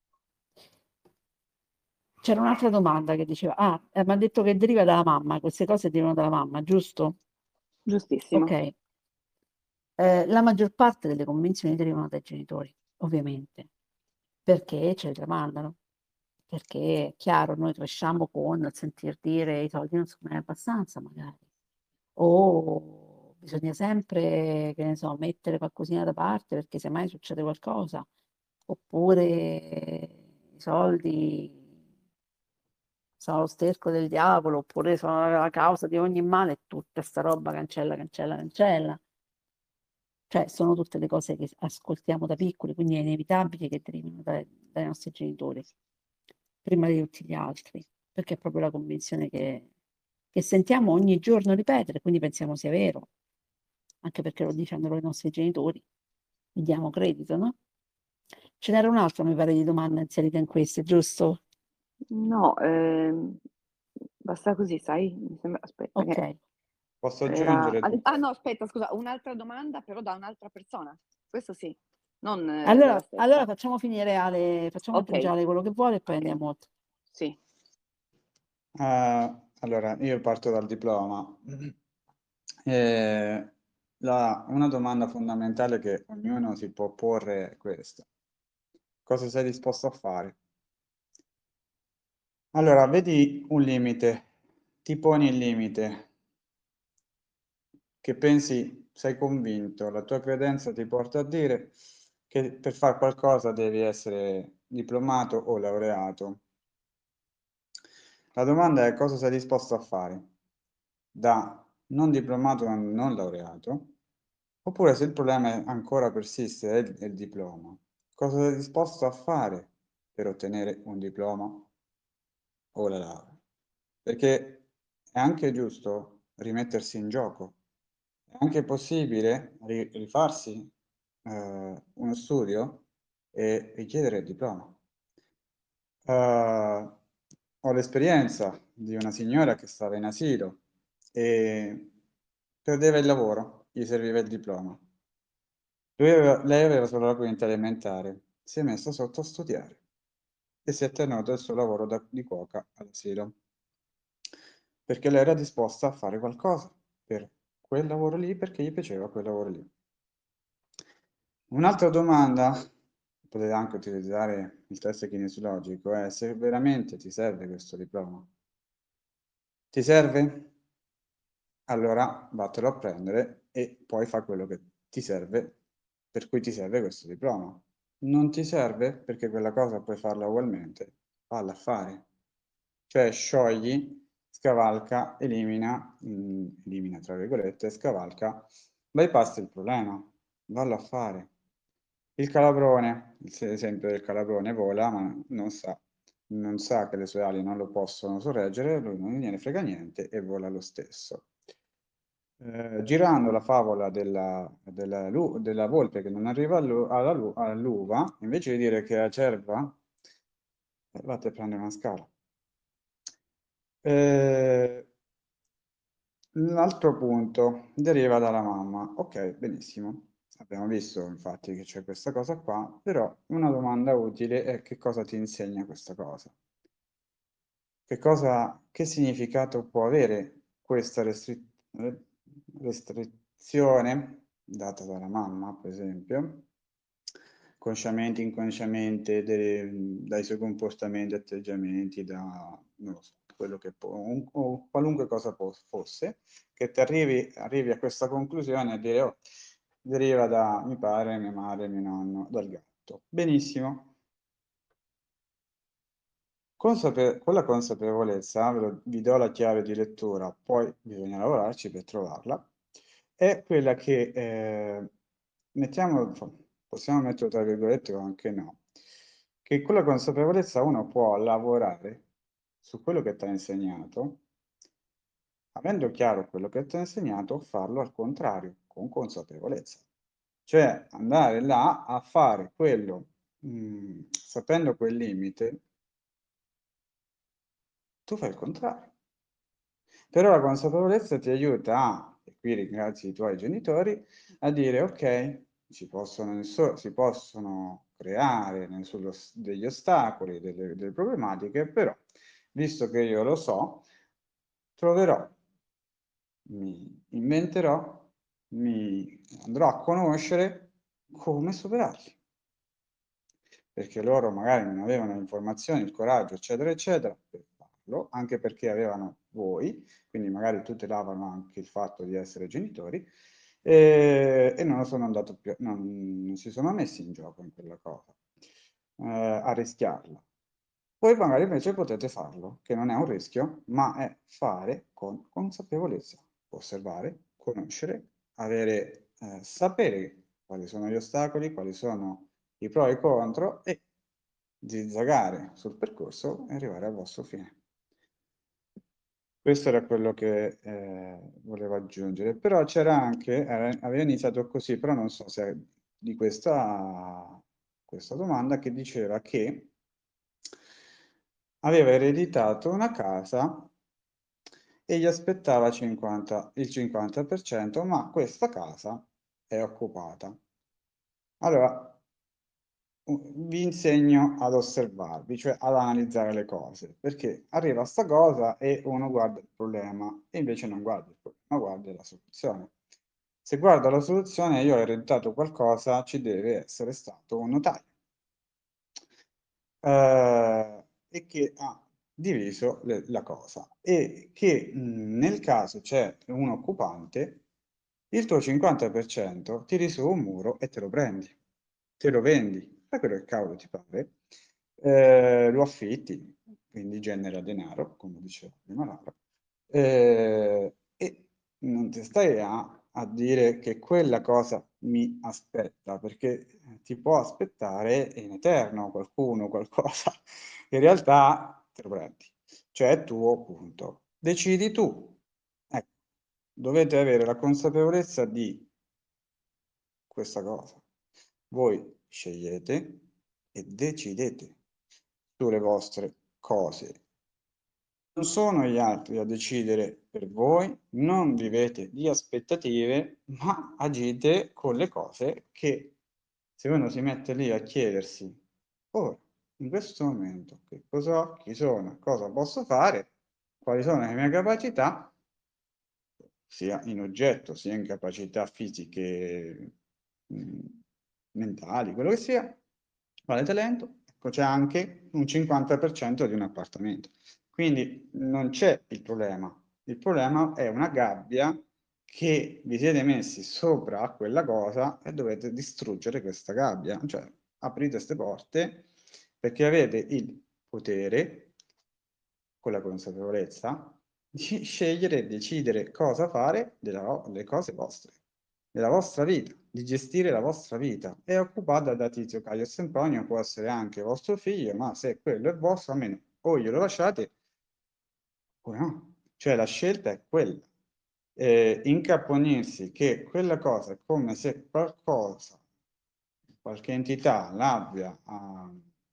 C'era un'altra domanda che diceva, ah, eh, mi ha detto che deriva dalla mamma, queste cose derivano dalla mamma, giusto? Giustissimo. Ok. Eh, la maggior parte delle convinzioni derivano dai genitori, ovviamente, perché ce le tramandano. Perché è chiaro, noi cresciamo con il sentir dire i soldi non sono mai abbastanza, magari. O bisogna sempre, che ne so, mettere qualcosina da parte perché se mai succede qualcosa. Oppure i soldi sono lo sterco del diavolo, oppure sono la causa di ogni male, e tutta sta roba cancella, cancella, cancella. Cioè, sono tutte le cose che ascoltiamo da piccoli, quindi è inevitabile che derivino dai, dai nostri genitori, prima di tutti gli altri, perché è proprio la convinzione che, che sentiamo ogni giorno ripetere, quindi pensiamo sia vero, anche perché lo dicendo i nostri genitori, gli diamo credito, no? Ce n'era un'altra, mi pare, di domanda inserita in queste, giusto? No, ehm, basta così, sai? Mi sembra, aspetta, Ok. che Posso era... aggiungere? Ah no, aspetta, scusa, un'altra domanda però da un'altra persona. Questo sì, non eh, della Allora, allora stessa. facciamo finire Ale, facciamo Ok, aggiungere Ale quello che vuole e poi ok, andiamo oltre. sì. Eh, allora, io parto dal diploma. Eh, la- una domanda fondamentale che ognuno si può porre è questa. Cosa sei disposto a fare? Allora, vedi un limite, ti poni il limite, che pensi, sei convinto, la tua credenza ti porta a dire che per fare qualcosa devi essere diplomato o laureato. La domanda è cosa sei disposto a fare da non diplomato a non laureato, oppure se il problema è- ancora persiste, è il, è il diploma, cosa sei disposto a fare per ottenere un diploma o la laurea? Perché è anche giusto rimettersi in gioco, è anche possibile ri- rifarsi eh, uno studio e richiedere il diploma. Eh, ho l'esperienza di una signora che stava in asilo e perdeva il lavoro, gli serviva il diploma. Lui aveva- lei aveva solo la quinta elementare, si è messa sotto a studiare e si è tenuto il suo lavoro da- di cuoca all'asilo, perché lei era disposta a fare qualcosa per quel lavoro lì, perché gli piaceva quel lavoro lì. Un'altra domanda, potete anche utilizzare il test kinesiologico, è se veramente ti serve questo diploma. Ti serve? Allora vattelo a prendere e poi fa quello che ti serve, per cui ti serve questo diploma. Non ti serve perché quella cosa puoi farla ugualmente, falla a fare. Cioè sciogli, scavalca, elimina, mh, elimina tra virgolette, scavalca, bypassa il problema, vallo a fare. Il calabrone, l'esempio del calabrone vola ma non sa, non sa che le sue ali non lo possono sorreggere, lui non gliene frega niente e vola lo stesso. Eh, girando la favola della, della, lu- della volpe che non arriva allu- alla lu- all'uva, invece di dire che è acerba, eh, vatti a prendere una scala. Eh, L'altro punto deriva dalla mamma. Ok, benissimo. Abbiamo visto infatti che c'è questa cosa qua, però una domanda utile è che cosa ti insegna questa cosa? Che cosa, che significato può avere questa restri- eh, restrizione data dalla mamma, per esempio, consciamente, inconsciamente, de- dai suoi comportamenti, atteggiamenti, da, non lo so, quello che può, un- o qualunque cosa po- fosse, che ti arrivi, arrivi a questa conclusione a dire, oh, deriva da mio padre, mia madre, mio nonno, dal gatto. Benissimo. Consape- con la consapevolezza, ve lo- vi do la chiave di lettura, poi bisogna lavorarci per trovarla, è quella che, eh, mettiamo, possiamo mettere tra virgolette o anche no, che con la consapevolezza uno può lavorare su quello che ti ha insegnato, avendo chiaro quello che ti ha insegnato, farlo al contrario, con consapevolezza. Cioè andare là a fare quello, mh, sapendo quel limite, tu fai il contrario. Però la consapevolezza ti aiuta a, e qui ringrazi i tuoi genitori, a dire ok, si possono, inso- si possono creare nel- sullo- degli ostacoli, delle, delle problematiche, però visto che io lo so, troverò, mi inventerò, mi andrò a conoscere come superarli. Perché loro magari non avevano le informazioni, il coraggio, eccetera, eccetera, per farlo, anche perché avevano voi, quindi magari tutelavano anche il fatto di essere genitori, e, e non sono andato più, non, non si sono messi in gioco in quella cosa, eh, a rischiarla. Voi magari invece potete farlo, che non è un rischio, ma è fare con consapevolezza, osservare, conoscere, avere, eh, sapere quali sono gli ostacoli, quali sono i pro e i contro e zizzagare sul percorso e arrivare al vostro fine. Questo era quello che eh, volevo aggiungere, però c'era anche, era- aveva iniziato così, però non so se è di questa, questa domanda che diceva che aveva ereditato una casa e gli aspettava cinquanta il cinquanta per cento, ma questa casa è occupata. Allora, vi insegno ad osservarvi, cioè ad analizzare le cose, perché arriva sta cosa e uno guarda il problema e invece non guarda il problema, guarda la soluzione. Se guardo la soluzione, io ho ereditato qualcosa, ci deve essere stato un notaio eh, e che ha diviso le- la cosa e che mh, nel caso c'è un occupante, il tuo cinquanta per cento tiri su un muro e te lo prendi, te lo vendi, fai quello che cavolo ti pare, eh, lo affitti, quindi genera denaro, come diceva prima Laura, eh, e non ti stai a, a dire che quella cosa mi aspetta, perché ti può aspettare in eterno qualcuno, qualcosa, in realtà te lo prendi, cioè è tuo punto. Decidi tu. Ecco, dovete avere la consapevolezza di questa cosa. Voi scegliete e decidete sulle vostre cose. Non sono gli altri a decidere per voi, non vivete di aspettative, ma agite con le cose che se uno si mette lì a chiedersi, ora, in questo momento, che cosa ho, chi sono, cosa posso fare, quali sono le mie capacità, sia in oggetto, sia in capacità fisiche, mh, mentali, quello che sia, quale talento, ecco, c'è anche un cinquanta per cento di un appartamento. Quindi non c'è il problema, il problema è una gabbia che vi siete messi sopra a quella cosa e dovete distruggere questa gabbia, cioè aprite queste porte perché avete il potere, con la consapevolezza, di scegliere e decidere cosa fare delle cose vostre, della vostra vita, di gestire la vostra vita. È occupata da Tizio, Caio e Sempronio, può essere anche vostro figlio, ma se quello è vostro, almeno o glielo lasciate o no. Cioè la scelta è quella. Eh, incaponirsi che quella cosa è come se qualcosa, qualche entità l'abbia a,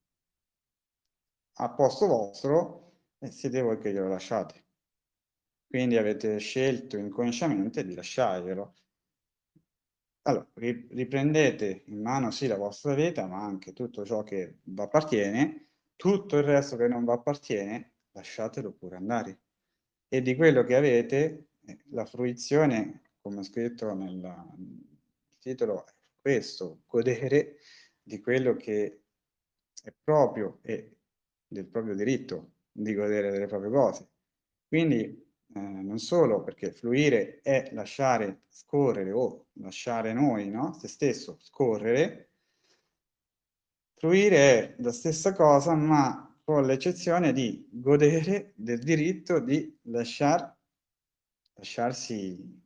a posto vostro e siete voi che glielo lasciate. Quindi avete scelto inconsciamente di lasciarglielo. Allora, riprendete in mano sì la vostra vita, ma anche tutto ciò che vi appartiene, tutto il resto che non vi appartiene, lasciatelo pure andare. E di quello che avete, la fruizione, come scritto nel titolo, è questo, godere di quello che è proprio e del proprio diritto di godere delle proprie cose. Quindi eh, non solo perché fluire è lasciare scorrere o lasciare noi, no? Se stesso scorrere, fluire è la stessa cosa, ma con l'eccezione di godere del diritto di lasciar, lasciarsi,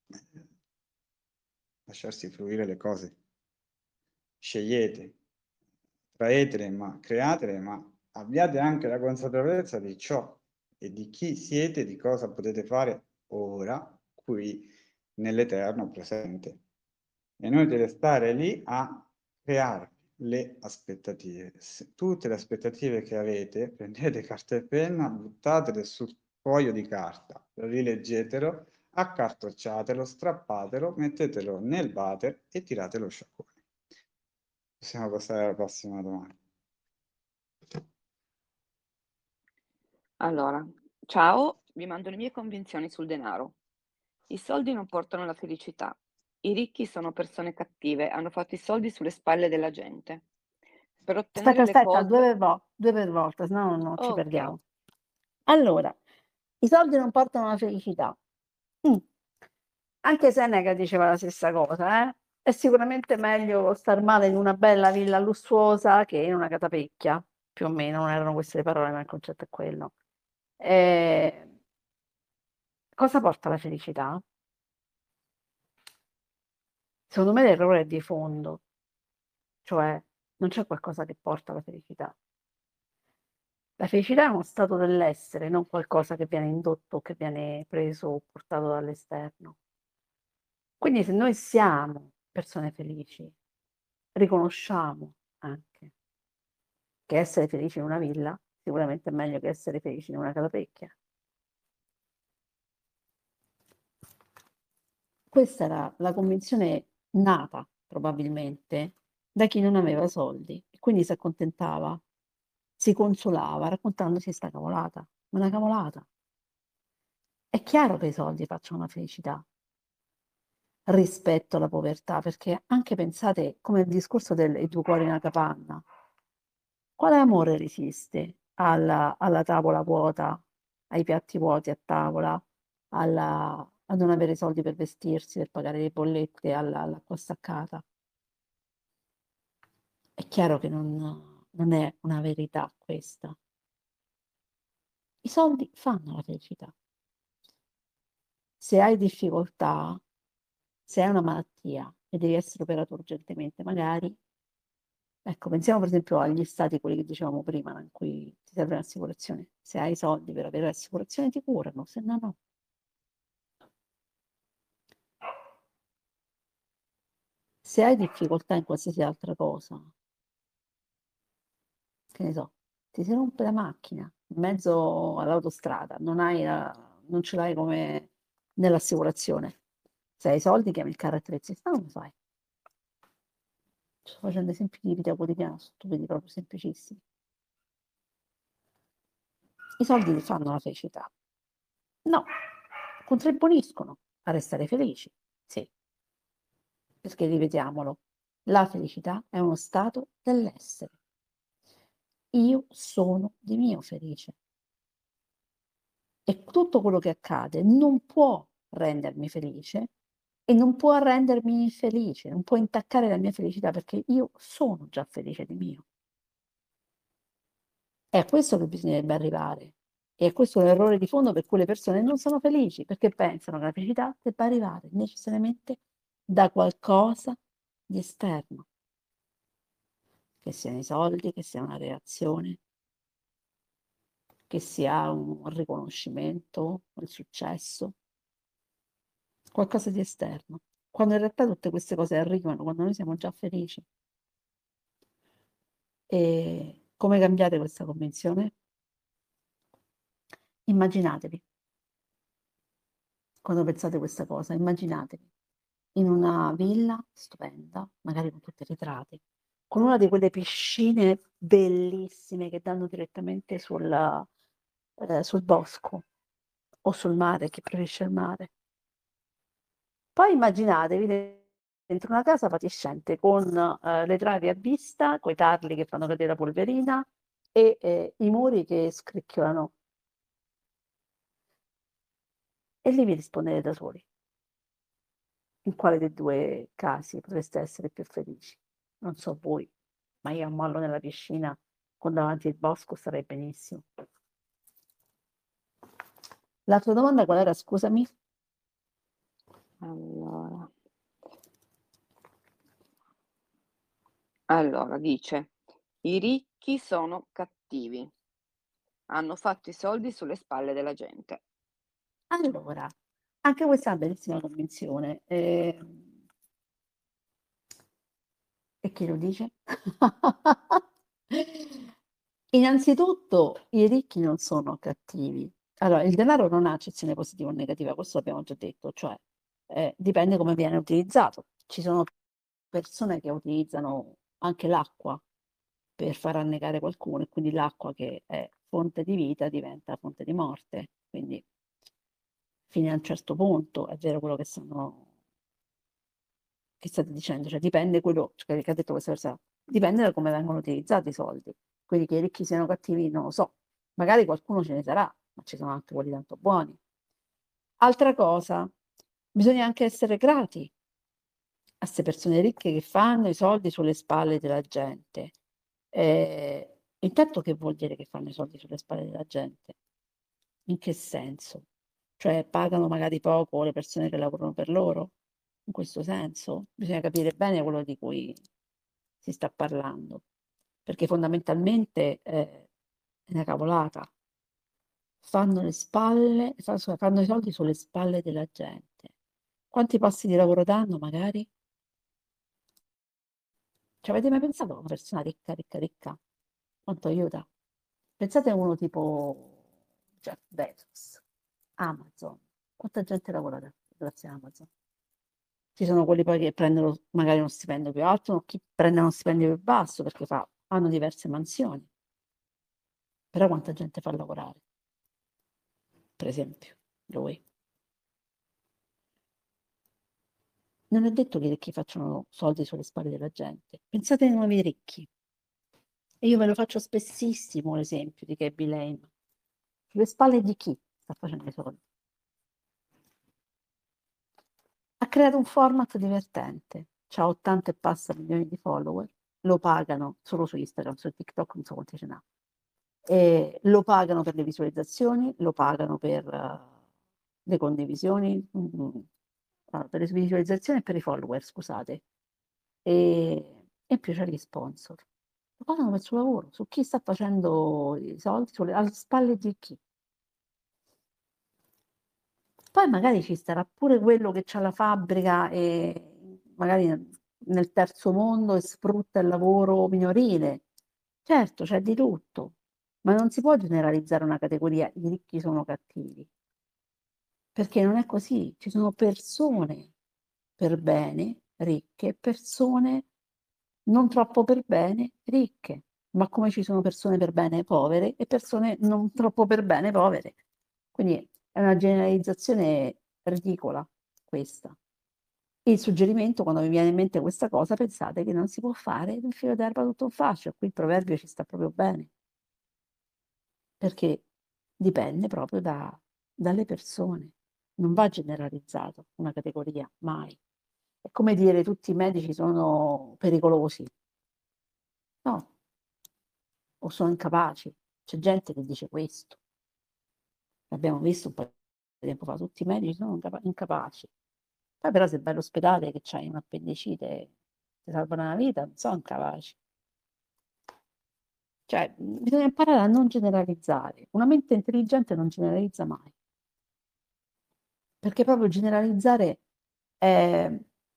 lasciarsi fluire le cose. Scegliete, traetele, ma createle, ma abbiate anche la consapevolezza di ciò e di chi siete, di cosa potete fare ora, qui, nell'eterno presente. È inutile stare lì a creare le aspettative. Se tutte le aspettative che avete, prendete carta e penna, buttatele sul foglio di carta, rileggetelo, accartocciatelo, strappatelo, mettetelo nel water e tirate lo sciacquone. Possiamo passare alla prossima domanda. Allora, ciao, vi mando le mie convinzioni sul denaro. I soldi non portano la felicità. I ricchi sono persone cattive, hanno fatto i soldi sulle spalle della gente. Per ottenere Aspetta, le aspetta, due cose... per, vo- due per volta, se no non ci Ok, perdiamo. Allora, i soldi non portano la felicità. Mm. Anche Seneca diceva la stessa cosa, eh? È sicuramente meglio star male in una bella villa lussuosa che in una catapecchia, più o meno, non erano queste le parole, ma il concetto è quello. Eh, cosa porta la felicità? Secondo me l'errore è di fondo, cioè non c'è qualcosa che porta alla felicità. La felicità è uno stato dell'essere, non qualcosa che viene indotto, che viene preso o portato dall'esterno. Quindi se noi siamo persone felici, riconosciamo anche che essere felici in una villa sicuramente è meglio che essere felici in una catapecchia. Questa era la convinzione nata, probabilmente, da chi non aveva soldi e quindi si accontentava, si consolava raccontandosi sta cavolata, ma una cavolata. È chiaro che i soldi facciano la felicità rispetto alla povertà, perché anche pensate come il discorso del due cuori in una capanna. Quale amore resiste alla, alla tavola vuota, ai piatti vuoti a tavola, alla, a non avere soldi per vestirsi, per pagare le bollette, alla, all'acqua staccata? È chiaro che non, non è una verità questa. I soldi fanno la felicità. Se hai difficoltà, se hai una malattia e devi essere operato urgentemente, magari, ecco, pensiamo per esempio agli stati, quelli che dicevamo prima, in cui ti serve un'assicurazione. Se hai i soldi per avere l'assicurazione ti curano, se no no. Se hai difficoltà in qualsiasi altra cosa, che ne so, ti si rompe la macchina in mezzo all'autostrada, non hai la- non ce l'hai come nell'assicurazione. Se hai i soldi chiami il carro attrezzista, come fai? Sto facendo esempi di vita quotidiana, stupidi, proprio semplicissimi. I soldi ti fanno la felicità? No, contribuiscono a restare felici, sì. Perché ripetiamolo, La felicità è uno stato dell'essere. Io sono di mio felice. E tutto quello che accade non può rendermi felice e non può rendermi infelice, non può intaccare la mia felicità perché io sono già felice di mio. È a questo che bisognerebbe arrivare. E questo è l'errore di fondo per cui le persone non sono felici, perché pensano che la felicità debba arrivare necessariamente da qualcosa di esterno, che siano i soldi, che sia una reazione, che sia un riconoscimento, il successo, qualcosa di esterno. Quando in realtà tutte queste cose arrivano, quando noi siamo già felici. E come cambiate questa convinzione? Immaginatevi, quando pensate questa cosa, immaginatevi in una villa stupenda, magari con tutti i ritratti, con una di quelle piscine bellissime che danno direttamente sul, eh, sul bosco o sul mare, chi preferisce il mare. Poi immaginatevi dentro una casa fatiscente con eh, le travi a vista, coi tarli che fanno cadere la polverina e eh, i muri che scricchiolano. E lì vi rispondete da soli. In quale dei due casi potreste essere più felici? Non so voi, ma io a mollo nella piscina con davanti il bosco starei benissimo. La tua domanda qual era, scusami? Allora. Allora, dice, i ricchi sono cattivi, hanno fatto i soldi sulle spalle della gente. Allora, anche questa è una bellissima convinzione. Eh, e chi lo dice? Innanzitutto, i ricchi non sono cattivi. Allora, il denaro non ha accezione positiva o negativa, questo l'abbiamo già detto, cioè eh, dipende come viene utilizzato. Ci sono persone che utilizzano anche l'acqua per far annegare qualcuno e quindi l'acqua che è fonte di vita diventa fonte di morte. Quindi fino a un certo punto è vero quello che stanno che state dicendo, cioè dipende quello cioè, che ha detto questa persona, dipende da come vengono utilizzati i soldi. Quindi che i ricchi siano cattivi non lo so, magari qualcuno ce ne sarà, ma ci sono anche quelli tanto buoni. Altra cosa, bisogna anche essere grati a queste persone ricche che fanno i soldi sulle spalle della gente. Eh, intanto che vuol dire che fanno i soldi sulle spalle della gente? In che senso? Cioè pagano magari poco le persone che lavorano per loro? In questo senso? Bisogna capire bene quello di cui si sta parlando, perché fondamentalmente eh, è una cavolata. Fanno le spalle, fa- fanno i soldi sulle spalle della gente. Quanti posti di lavoro danno magari? Ci avete mai pensato a una persona ricca, ricca, ricca? Quanto aiuta? Pensate a uno tipo Jeff Bezos, Amazon. Quanta gente lavora da- grazie a Amazon? Ci sono quelli poi che prendono magari uno stipendio più alto, chi prende uno stipendio più basso perché fa- hanno diverse mansioni. Però quanta gente fa lavorare? Per esempio, lui. Non è detto che i ricchi facciano soldi sulle spalle della gente. Pensate ai nuovi ricchi. E io ve lo faccio spessissimo l'esempio di Gabby Lane. Sulle spalle di chi sta facendo i soldi? Ha creato un format divertente, ha ottanta e passa milioni di follower, lo pagano solo su Instagram, su TikTok, non so quanti ce n'ha. E lo pagano per le visualizzazioni, lo pagano per uh, le condivisioni, mm, uh, per le visualizzazioni e per i follower, scusate. E, e in più c'è gli sponsor. Lo pagano per il suo lavoro, su chi sta facendo i soldi, sulle, alle spalle di chi. Poi magari ci starà pure quello che c'ha la fabbrica e magari nel terzo mondo e sfrutta il lavoro minorile. Certo, c'è di tutto, ma non si può generalizzare una categoria, i ricchi sono cattivi, perché non è così. Ci sono persone per bene, ricche, persone non troppo per bene, ricche, ma come ci sono persone per bene povere e persone non troppo per bene povere. Quindi è una generalizzazione ridicola questa. Il suggerimento, quando vi viene in mente questa cosa, pensate che non si può fare un filo d'erba tutto un fascio. Qui il proverbio ci sta proprio bene, perché dipende proprio da, dalle persone, non va generalizzato una categoria, mai. È come dire tutti i medici sono pericolosi, no, o sono incapaci. C'è gente che dice questo. L'abbiamo visto un po' di tempo fa, tutti i medici sono incapa- incapaci. Poi però se vai all'ospedale che c'hai un'appendicite e ti salvano la vita, non sono incapaci. Cioè, mh, bisogna imparare a non generalizzare. Una mente intelligente non generalizza mai, perché proprio generalizzare è,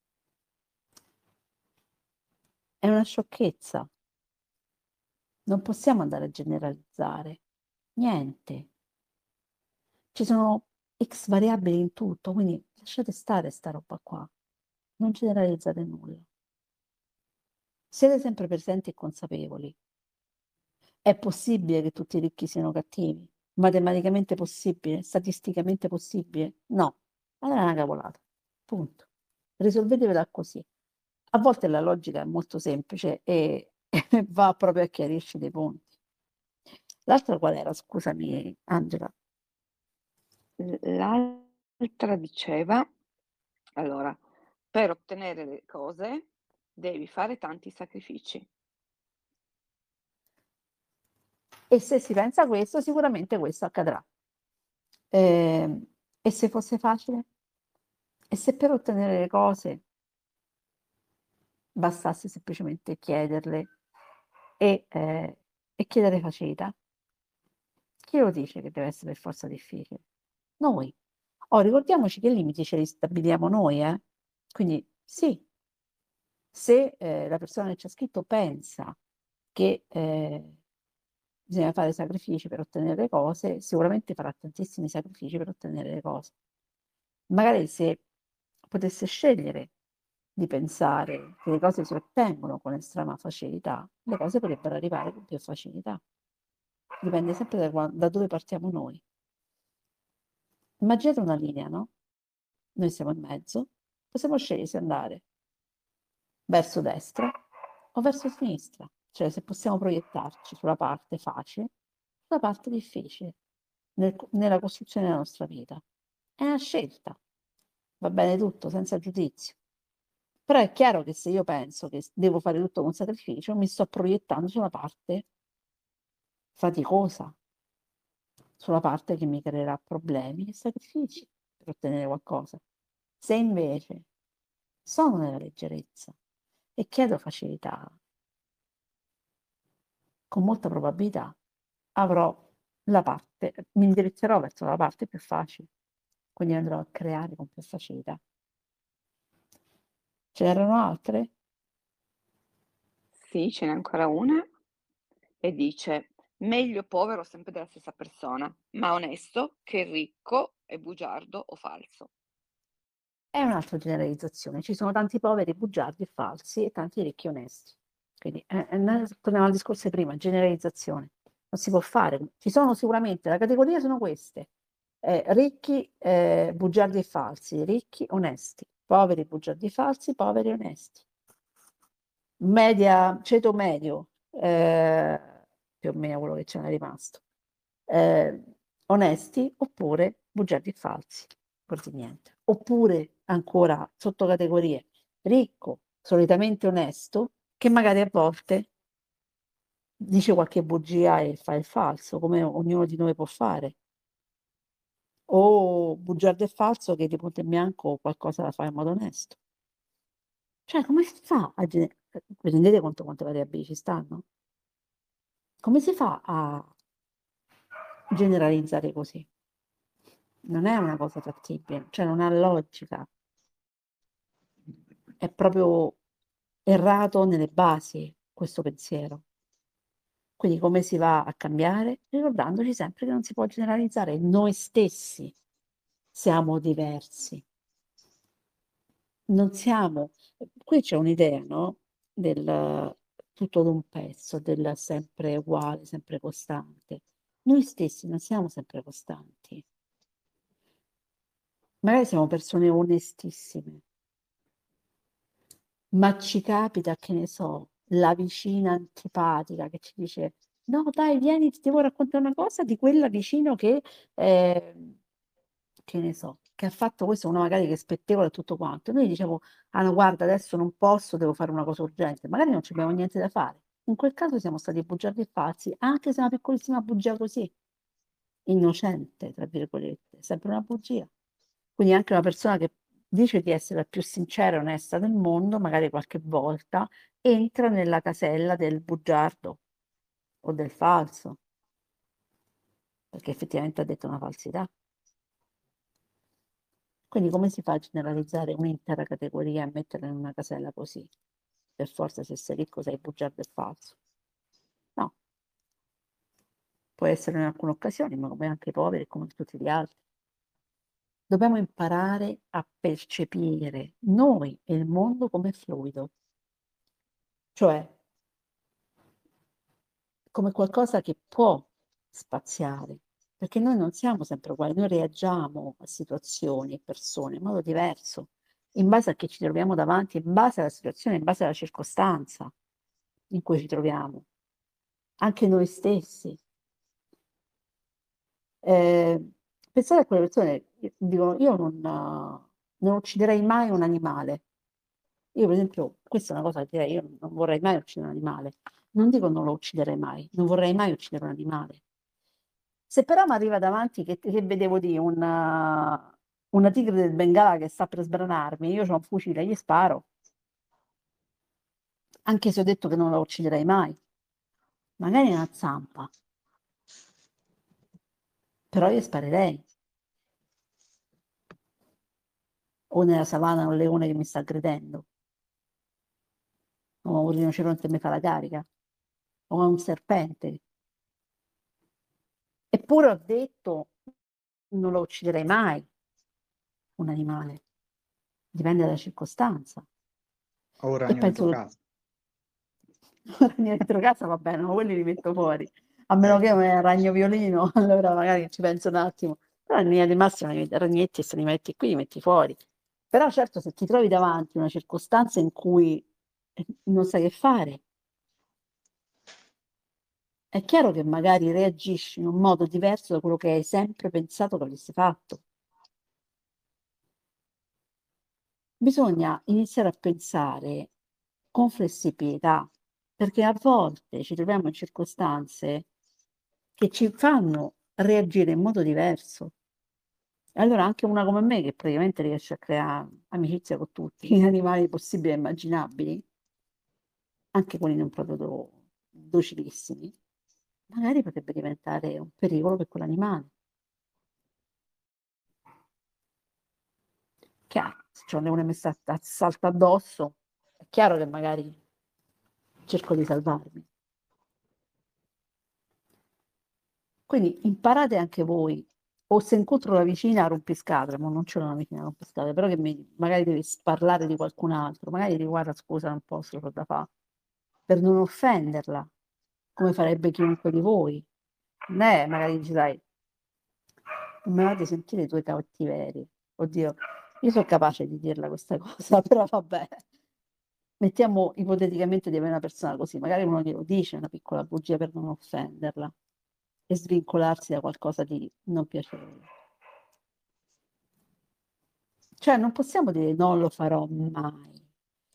è una sciocchezza. Non possiamo andare a generalizzare. Niente. Ci sono X variabili in tutto, quindi lasciate stare sta roba qua. Non generalizzate nulla. Siete sempre presenti e consapevoli. È possibile che tutti i ricchi siano cattivi? Matematicamente possibile? Statisticamente possibile? No. Allora è una cavolata. Punto. Risolvetevela così. A volte la logica è molto semplice e va proprio a chiarirci dei punti. L'altra qual era? Scusami, Angela. L'altra diceva, allora, per ottenere le cose devi fare tanti sacrifici. E se si pensa a questo, sicuramente questo accadrà. Eh, e se fosse facile? E se per ottenere le cose bastasse semplicemente chiederle e, eh, e chiedere facilità? Chi lo dice che deve essere per forza difficile? Noi. Oh, ricordiamoci che i limiti ce li stabiliamo noi, eh? Quindi sì, se eh, la persona che ci ha scritto pensa che eh, bisogna fare sacrifici per ottenere le cose, sicuramente farà tantissimi sacrifici per ottenere le cose. Magari se potesse scegliere di pensare che le cose si ottengono con estrema facilità, le cose potrebbero arrivare con più facilità. Dipende sempre da, qua- da dove partiamo noi. Immaginate una linea, no? Noi siamo in mezzo, possiamo scegliere se andare verso destra o verso sinistra, cioè se possiamo proiettarci sulla parte facile, sulla parte difficile, nel- nella costruzione della nostra vita. È una scelta, va bene tutto, senza giudizio. Però è chiaro che se io penso che devo fare tutto con sacrificio, mi sto proiettando sulla parte faticosa, sulla parte che mi creerà problemi e sacrifici per ottenere qualcosa. Se invece sono nella leggerezza e chiedo facilità, con molta probabilità avrò la parte, mi indirizzerò verso la parte più facile, quindi andrò a creare con più facilità. Ce n'erano altre? Sì, ce n'è ancora una e dice: meglio povero sempre della stessa persona, ma onesto che ricco e bugiardo o falso. È un'altra generalizzazione. Ci sono tanti poveri, bugiardi e falsi e tanti ricchi onesti. Quindi eh, eh, torniamo al discorso di prima, generalizzazione. Non si può fare. Ci sono sicuramente, la categoria sono queste. Eh, ricchi, eh, bugiardi e falsi, ricchi, onesti. Poveri, bugiardi e falsi, poveri, onesti. Media, ceto medio, eh, più o meno quello che ce n'è rimasto. Eh, onesti oppure bugiardi e falsi, così niente. Oppure ancora sottocategorie, ricco, solitamente onesto, che magari a volte dice qualche bugia e fa il falso, come ognuno di noi può fare. O bugiardo e falso che di punto in bianco qualcosa la fa in modo onesto. Cioè, come si fa a... gener- Vi rendete conto quante variabili ci stanno? Come si fa a generalizzare così? Non è una cosa fattibile, cioè non ha logica, è proprio errato nelle basi questo pensiero. Quindi come si va a cambiare? Ricordandoci sempre che non si può generalizzare, noi stessi siamo diversi, non siamo... Qui c'è un'idea, no? Del tutto d'un pezzo, del sempre uguale, sempre costante. Noi stessi non siamo sempre costanti. Magari siamo persone onestissime, Ma ci capita, che ne so, la vicina antipatica che ci dice: "No dai vieni, ti devo raccontare una cosa di quella vicino che, ehm" che ne so, che ha fatto questo, uno magari che spettegola e tutto quanto. E noi diciamo: "Ah no guarda adesso non posso, devo fare una cosa urgente." Magari non c'abbiamo niente da fare. In quel caso siamo stati bugiardi e pazzi, anche se è una piccolissima bugia così, "innocente" tra virgolette, sempre una bugia. Quindi anche una persona che dice di essere la più sincera e onesta del mondo, magari qualche volta entra nella casella del bugiardo o del falso, perché effettivamente ha detto una falsità. Quindi come si fa a generalizzare un'intera categoria e metterla in una casella così? Per forza se sei ricco sei bugiardo e falso. No, può essere in alcune occasioni, ma come anche i poveri, come tutti gli altri. Dobbiamo imparare a percepire noi e il mondo come fluido, cioè come qualcosa che può spaziare, perché noi non siamo sempre uguali, noi reagiamo a situazioni e persone in modo diverso, in base a che ci troviamo davanti, in base alla situazione, in base alla circostanza in cui ci troviamo, anche noi stessi. Eh, pensate a quelle persone che dicono: io non, non ucciderei mai un animale. Io per esempio, questa è una cosa che direi, io non vorrei mai uccidere un animale. Non dico non lo ucciderei mai, non vorrei mai uccidere un animale. Se però mi arriva davanti che, che vedevo di una, una tigre del Bengala che sta per sbranarmi, io ho un fucile e gli sparo, anche se ho detto che non la ucciderei mai, magari è una zampa, però io sparerei. O nella savana un leone che mi sta aggredendo, o un rinoceronte che mi fa la carica, o un serpente. Eppure ho detto non lo ucciderei mai un animale, dipende dalla circostanza. O un E ragno penso dentro che casa. dentro casa va bene, ma quelli li metto fuori. A meno che Ecco. è un ragno violino, allora magari ci penso un attimo. Però in linea di massima i ragnetti se li metti qui, li metti fuori. Però certo se ti trovi davanti una circostanza in cui eh, non sai che fare, è chiaro che magari reagisci in un modo diverso da quello che hai sempre pensato che avresti fatto. Bisogna iniziare a pensare con flessibilità, perché a volte ci troviamo in circostanze che ci fanno reagire in modo diverso. E allora anche una come me, che praticamente riesce a creare amicizia con tutti gli animali possibili e immaginabili, anche quelli non proprio do- docilissimi, magari potrebbe diventare un pericolo per quell'animale. Chiaro, se c'è un leone mi sta- salta addosso, è chiaro che magari cerco di salvarmi. Quindi imparate anche voi, o se incontro la vicina rompiscatole, ma non c'è una vicina rompiscatole, però che mi, magari devi parlare di qualcun altro, magari di guarda scusa non posso, c'ho da fare, per non offenderla, come farebbe chiunque di voi. Non è magari dici dai, non me la di sentire i tuoi cattiverie. Oddio, io sono capace di dirla questa cosa, però vabbè. Mettiamo ipoteticamente di avere una persona così, magari uno glielo dice, una piccola bugia per non offenderla e svincolarsi da qualcosa di non piacevole. Cioè non possiamo dire non lo farò mai.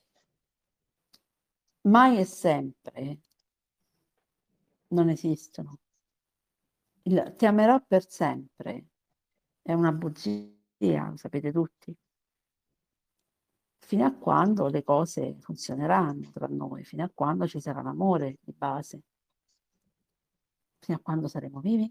Mai e sempre non esistono. Il ti amerò per sempre è una bugia, lo sapete tutti. Fino a quando le cose funzioneranno tra noi, fino a quando ci sarà l'amore di base, fino a quando saremo vivi.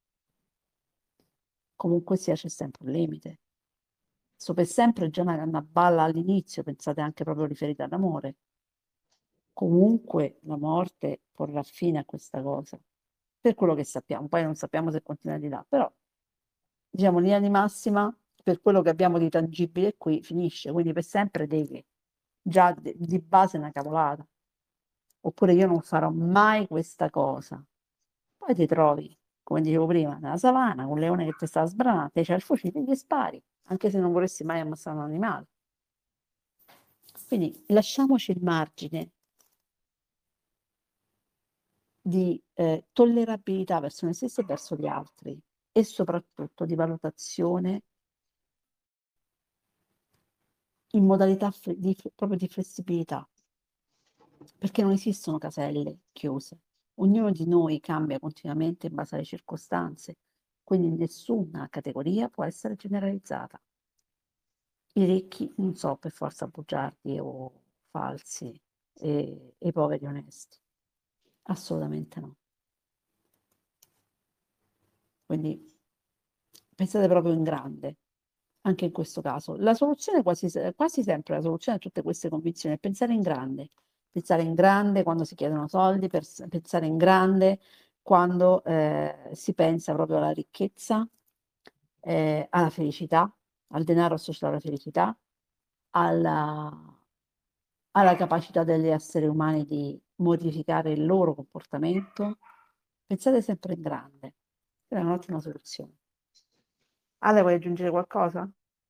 Comunque sia c'è sempre un limite. Sto per sempre è già una, una balla all'inizio, pensate anche proprio riferita all'amore. Comunque la morte porrà fine a questa cosa, per quello che sappiamo, poi non sappiamo se continua di là, però diciamo linea di massima, per quello che abbiamo di tangibile qui, finisce, quindi per sempre devi, già de- di base è una cavolata. Oppure io non farò mai questa cosa. Poi ti trovi, come dicevo prima, nella savana, con un leone che ti sta sbranando, te c'è il fucile e gli spari, anche se non vorresti mai ammazzare un animale. Quindi lasciamoci il margine di eh, tollerabilità verso noi stessi e verso gli altri, e soprattutto di valutazione in modalità fle- di, proprio di flessibilità, perché non esistono caselle chiuse. Ognuno di noi cambia continuamente in base alle circostanze, quindi nessuna categoria può essere generalizzata. I ricchi non sono per forza bugiardi o falsi, e, e i poveri onesti. Assolutamente no. Quindi pensate proprio in grande, anche in questo caso. La soluzione quasi, se- quasi sempre, la soluzione a tutte queste convinzioni è pensare in grande. Pensare in grande quando si chiedono soldi, pers- pensare in grande quando eh, si pensa proprio alla ricchezza, eh, alla felicità, al denaro associato alla felicità, alla, alla capacità degli esseri umani di modificare il loro comportamento. Pensate sempre in grande. È un'ottima soluzione. Ale, vuoi aggiungere qualcosa?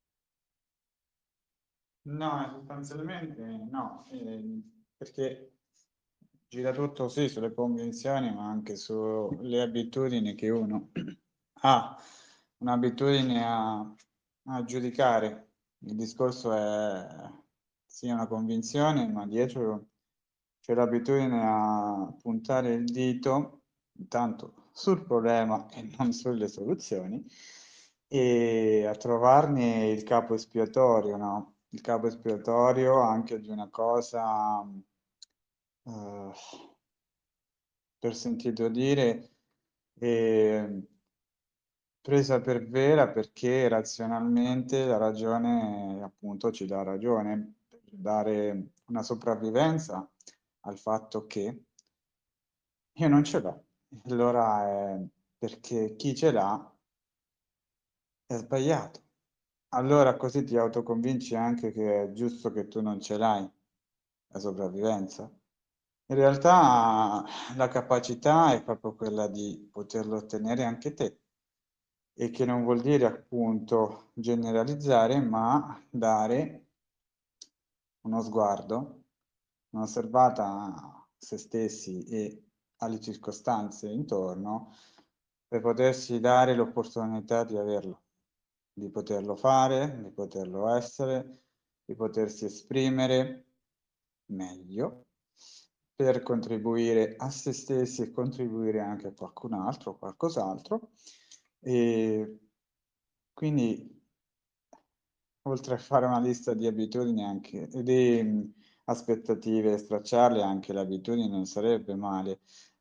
No, sostanzialmente no, ehm, perché gira tutto sì sulle convinzioni, ma anche sulle abitudini che uno ha, un'abitudine a, a giudicare. Il discorso è sì una convinzione, ma dietro c'è l'abitudine a puntare il dito intanto sul problema e non sulle soluzioni e a trovarne il capo espiatorio, no? Il capo espiatorio anche di una cosa, eh, per sentito dire, eh, presa per vera perché razionalmente la ragione appunto ci dà ragione, per dare una sopravvivenza al fatto che io non ce l'ho. Allora è perché chi ce l'ha è sbagliato. Allora così ti autoconvinci anche che è giusto che tu non ce l'hai, la sopravvivenza. In realtà la capacità è proprio quella di poterlo ottenere anche te, e che non vuol dire appunto generalizzare, ma dare uno sguardo, un'osservata a se stessi e alle circostanze intorno per potersi dare l'opportunità di averlo, di poterlo fare, di poterlo essere, di potersi esprimere meglio per contribuire a se stessi e contribuire anche a qualcun altro o qualcos'altro. E quindi, oltre a fare una lista di abitudini anche, di mh, aspettative e stracciarle, anche le abitudini non sarebbe male,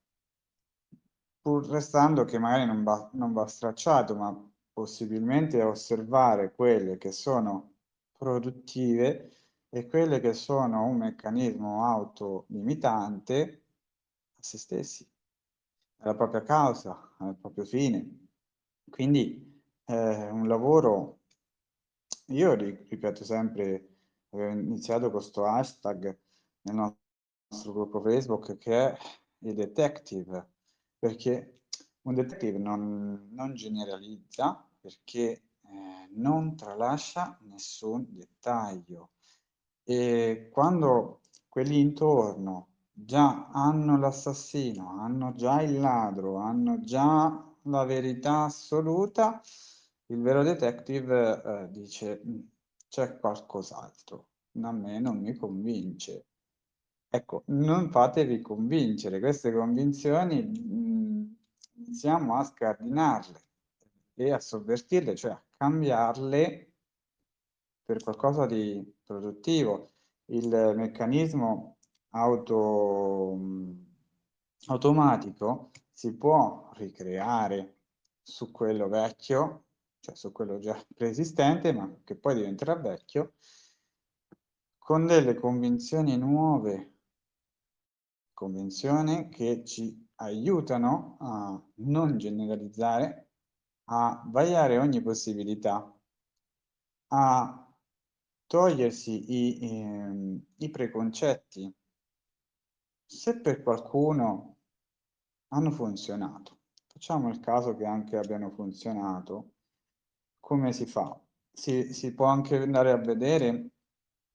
pur restando che magari non va, non va stracciato, ma possibilmente osservare quelle che sono produttive e quelle che sono un meccanismo autolimitante a se stessi, alla propria causa, al proprio fine. Quindi è un lavoro, io ri- ripeto sempre, avevo iniziato con questo hashtag nel nostro gruppo Facebook che è il detective, perché un detective non, non generalizza, perché eh, non tralascia nessun dettaglio. E quando quelli intorno già hanno l'assassino, hanno già il ladro, hanno già la verità assoluta, il vero detective eh, dice "Mm, c'è qualcos'altro, a me non mi convince". Ecco, non fatevi convincere, queste convinzioni mh, iniziamo a scardinarle e a sovvertirle, cioè a cambiarle per qualcosa di produttivo. Il meccanismo auto, mh, automatico si può ricreare su quello vecchio, cioè su quello già preesistente, ma che poi diventerà vecchio, con delle convinzioni nuove, convinzioni che ci aiutano a non generalizzare, a vagliare ogni possibilità, a togliersi i, ehm, i preconcetti. Se per qualcuno hanno funzionato, facciamo il caso che anche abbiano funzionato, come si fa? Si, si può anche andare a vedere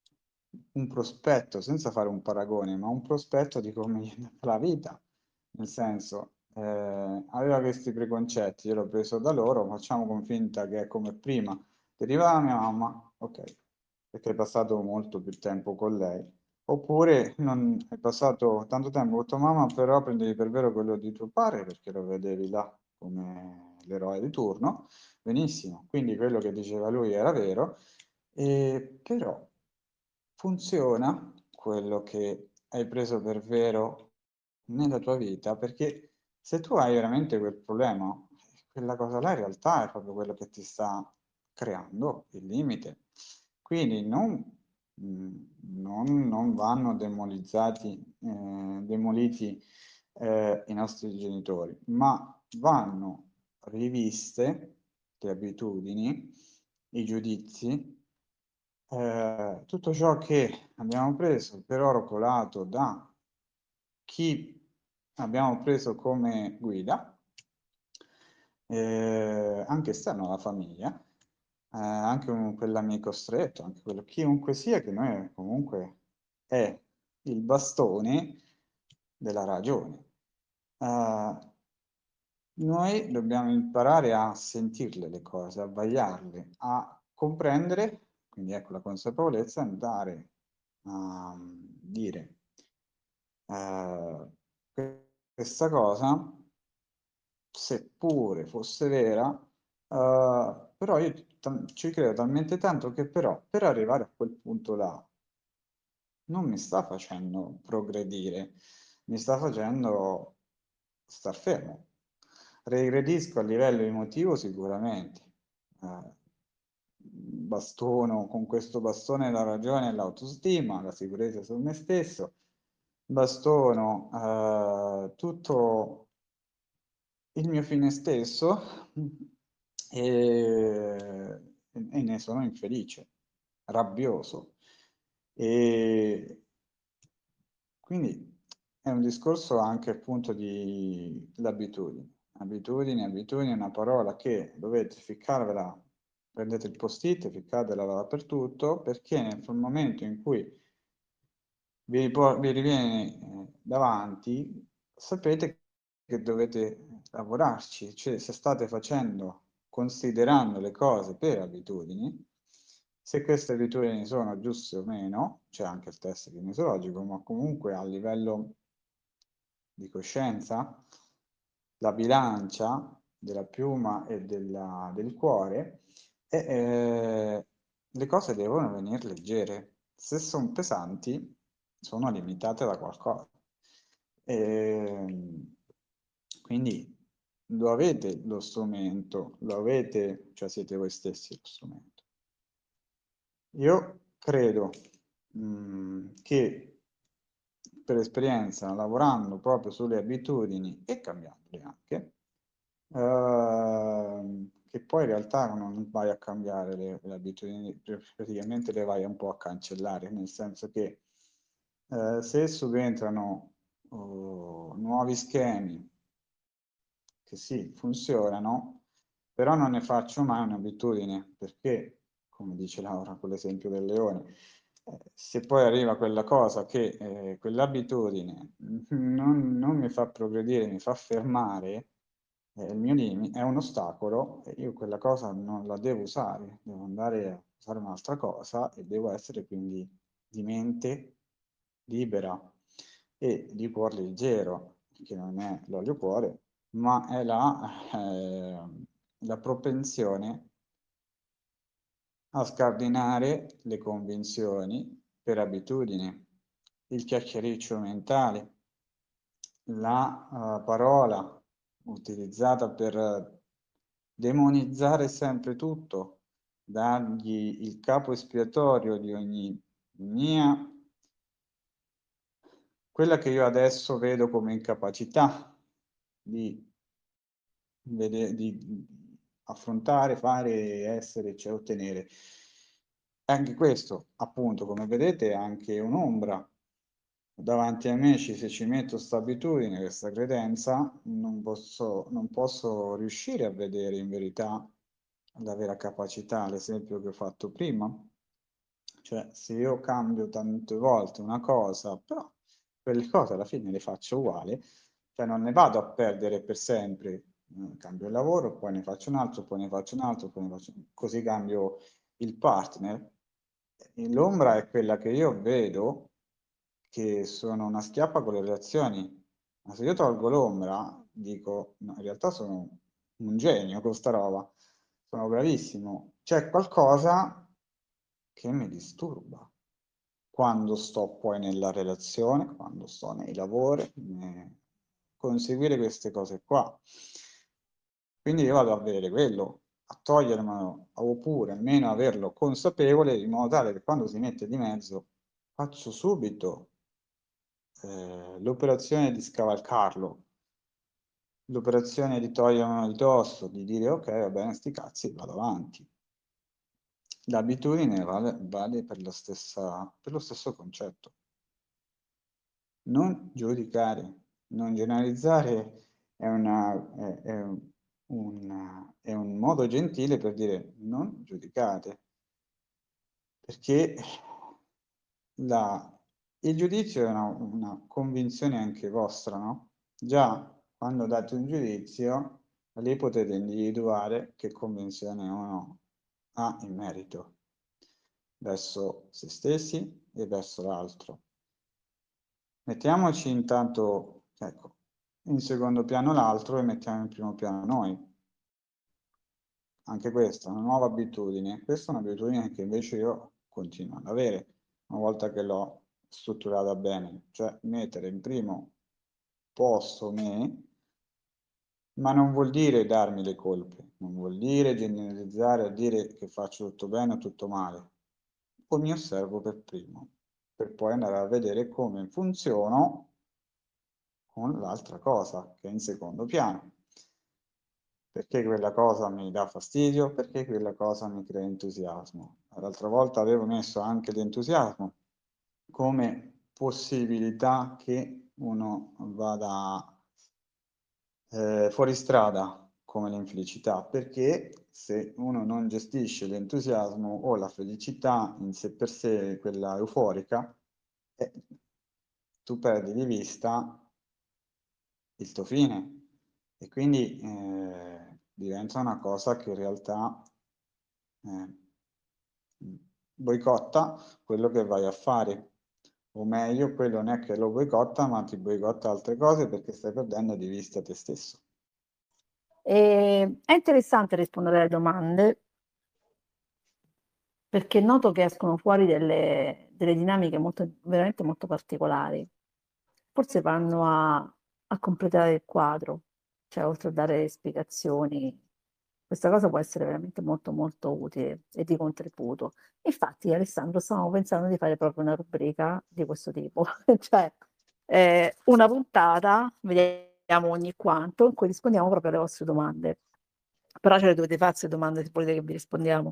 un prospetto, senza fare un paragone, ma un prospetto di come gli è andata la vita. Nel senso, eh, aveva questi preconcetti, io l'ho preso da loro, facciamo con finta che è come prima. Deriva da mia mamma, ok, perché hai passato molto più tempo con lei. Oppure non hai passato tanto tempo con tua mamma, però prendevi per vero quello di tuo padre, perché lo vedevi là come l'eroe di turno. Benissimo, quindi quello che diceva lui era vero, e però funziona quello che hai preso per vero nella tua vita, perché se tu hai veramente quel problema, quella cosa là in realtà è proprio quello che ti sta creando il limite. Quindi non, mh, non, non vanno demonizzati, eh, demoliti eh, i nostri genitori, ma vanno riviste le abitudini, i giudizi, eh, tutto ciò che abbiamo preso per oro colato da chi abbiamo preso come guida, eh, anche esterno alla famiglia, eh, anche un, quell'amico stretto, anche quello chiunque sia, che noi comunque è il bastone della ragione. Uh, noi dobbiamo imparare a sentirle le cose, a vagliarle, a comprendere, quindi ecco la consapevolezza, andare a dire uh, questa cosa, seppure fosse vera, uh, però io ci credo talmente tanto che però per arrivare a quel punto là non mi sta facendo progredire, mi sta facendo star fermo. Regredisco a livello emotivo sicuramente. Eh, bastono con questo bastone la ragione e l'autostima, la sicurezza su me stesso. Bastono eh, tutto il mio fine stesso e, e ne sono infelice, rabbioso. E quindi è un discorso anche appunto di l'abitudine. Abitudine, abitudine è una parola che dovete ficcarvela, prendete il post-it, ficcatela dappertutto, perché nel momento in cui vi, ripor- vi riviene eh, davanti, sapete che dovete lavorarci, cioè se state facendo, considerando le cose per abitudini, se queste abitudini sono giuste o meno, c'è anche il test kinesiologico, ma comunque a livello di coscienza, la bilancia della piuma e della, del cuore, e, eh, le cose devono venire leggere. Se sono pesanti, sono limitate da qualcosa. E, quindi lo avete lo strumento, lo avete, cioè siete voi stessi lo strumento. Io credo mh, che per esperienza, lavorando proprio sulle abitudini e cambiandole anche, eh, che poi in realtà non vai a cambiare le, le abitudini, praticamente le vai un po' a cancellare, nel senso che eh, se subentrano oh, nuovi schemi che sì, funzionano, però non ne faccio mai un'abitudine, perché, come dice Laura con l'esempio del leone, eh, se poi arriva quella cosa che eh, quell'abitudine non, non mi fa progredire, mi fa fermare, eh, il mio limite è un ostacolo, e io quella cosa non la devo usare, devo andare a usare un'altra cosa e devo essere quindi di mente libera e di cuore leggero, che non è l'olio cuore, ma è la, eh, la propensione a scardinare le convinzioni per abitudine, il chiacchiericcio mentale, la uh, parola utilizzata per demonizzare sempre tutto, dargli il capo espiatorio di ogni mia, quella che io adesso vedo come incapacità di, vede- di affrontare, fare, essere, cioè ottenere. Anche questo, appunto, come vedete, è anche un'ombra. Davanti a me, ci- se ci metto questa abitudine, questa credenza, non posso, non posso riuscire a vedere in verità la vera capacità, l'esempio che ho fatto prima, Cioè, se io cambio tante volte una cosa, però quelle cose alla fine le faccio uguali, cioè non ne vado a perdere per sempre. Eh, Cambio il lavoro, poi ne faccio un altro, poi ne faccio un altro, poi ne faccio... così cambio il partner. E l'ombra è quella che io vedo che sono una schiappa con le relazioni. Ma se io tolgo l'ombra, dico, no, in realtà sono un genio con sta roba, sono bravissimo. C'è qualcosa che mi disturba quando sto poi nella relazione, quando sto nei lavori, eh, conseguire queste cose qua. Quindi io vado a vedere quello, a togliermelo, oppure almeno averlo consapevole, in modo tale che quando si mette di mezzo faccio subito eh, l'operazione di scavalcarlo, l'operazione di togliermelo di dosso, di dire ok, va bene, sti cazzi, vado avanti. L'abitudine vale, vale per la stessa, per lo stesso concetto. Non giudicare, non generalizzare è, una, è, è un, è un modo gentile per dire non giudicate, perché la, il giudizio è una, una convinzione anche vostra, no? Già quando date un giudizio, lì potete individuare che convinzione uno ha in merito verso se stessi e verso l'altro. Mettiamoci intanto, ecco, in secondo piano l'altro e mettiamo in primo piano noi. Anche questa è una nuova abitudine. Questa è un'abitudine che invece io continuo ad avere una volta che l'ho strutturata bene, cioè mettere in primo posto me, ma non vuol dire darmi le colpe, non vuol dire generalizzare a dire che faccio tutto bene o tutto male. O mi osservo per primo, per poi andare a vedere come funziono con l'altra cosa che è in secondo piano. Perché quella cosa mi dà fastidio? Perché quella cosa mi crea entusiasmo? L'altra volta avevo messo anche l'entusiasmo come possibilità che uno vada eh, fuori strada come l'infelicità, perché se uno non gestisce l'entusiasmo o la felicità in sé per sé, quella euforica, eh, tu perdi di vista il tuo fine e quindi eh, diventa una cosa che in realtà eh, boicotta quello che vai a fare, o meglio, quello non è che lo boicotta, ma ti boicotta altre cose perché stai perdendo di vista te stesso. E è interessante rispondere alle domande perché noto che escono fuori delle, delle dinamiche molto, veramente molto particolari. Forse vanno a, a completare il quadro, cioè oltre a dare spiegazioni, questa cosa può essere veramente molto molto utile e di contributo. Infatti, Alessandro, stavamo pensando di fare proprio una rubrica di questo tipo, cioè eh, una puntata, vediamo ogni quanto, in cui rispondiamo proprio alle vostre domande. Però ce le dovete fare queste domande se volete che vi rispondiamo.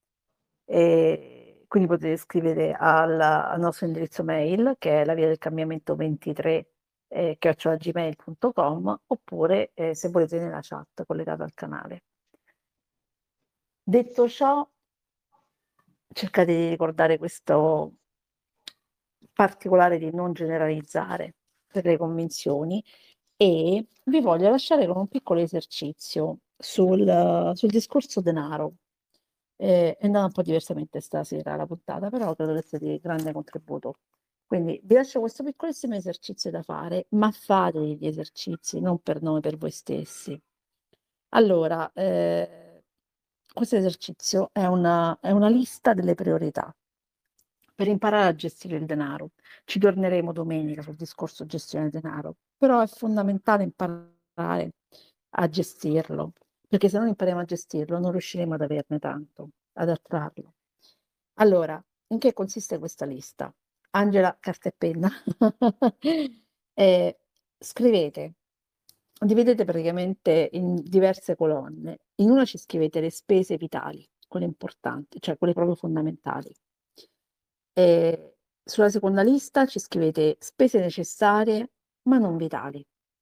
E quindi potete scrivere al, al nostro indirizzo mail, che è la via del cambiamento ventitré eh, chiocciola gmail punto com, oppure eh, se volete nella chat collegata al canale. Detto ciò, cercate di ricordare questo particolare di non generalizzare per le convinzioni e vi voglio lasciare con un piccolo esercizio sul, sul discorso denaro. Eh, è andata un po' diversamente stasera la puntata, però credo che sia di grande contributo. Quindi vi lascio questo piccolissimo esercizio da fare, ma fate gli esercizi, non per noi, per voi stessi. Allora, eh, questo esercizio è una, è una lista delle priorità per imparare a gestire il denaro. Ci torneremo domenica sul discorso gestione denaro, però è fondamentale imparare a gestirlo, perché se non impariamo a gestirlo non riusciremo ad averne tanto, ad attrarlo. Allora, in che consiste questa lista? Angela, carta e penna. Eh, scrivete, dividete praticamente in diverse colonne. In una ci scrivete le spese vitali, quelle importanti, cioè quelle proprio fondamentali. E sulla seconda lista ci scrivete spese necessarie ma non vitali.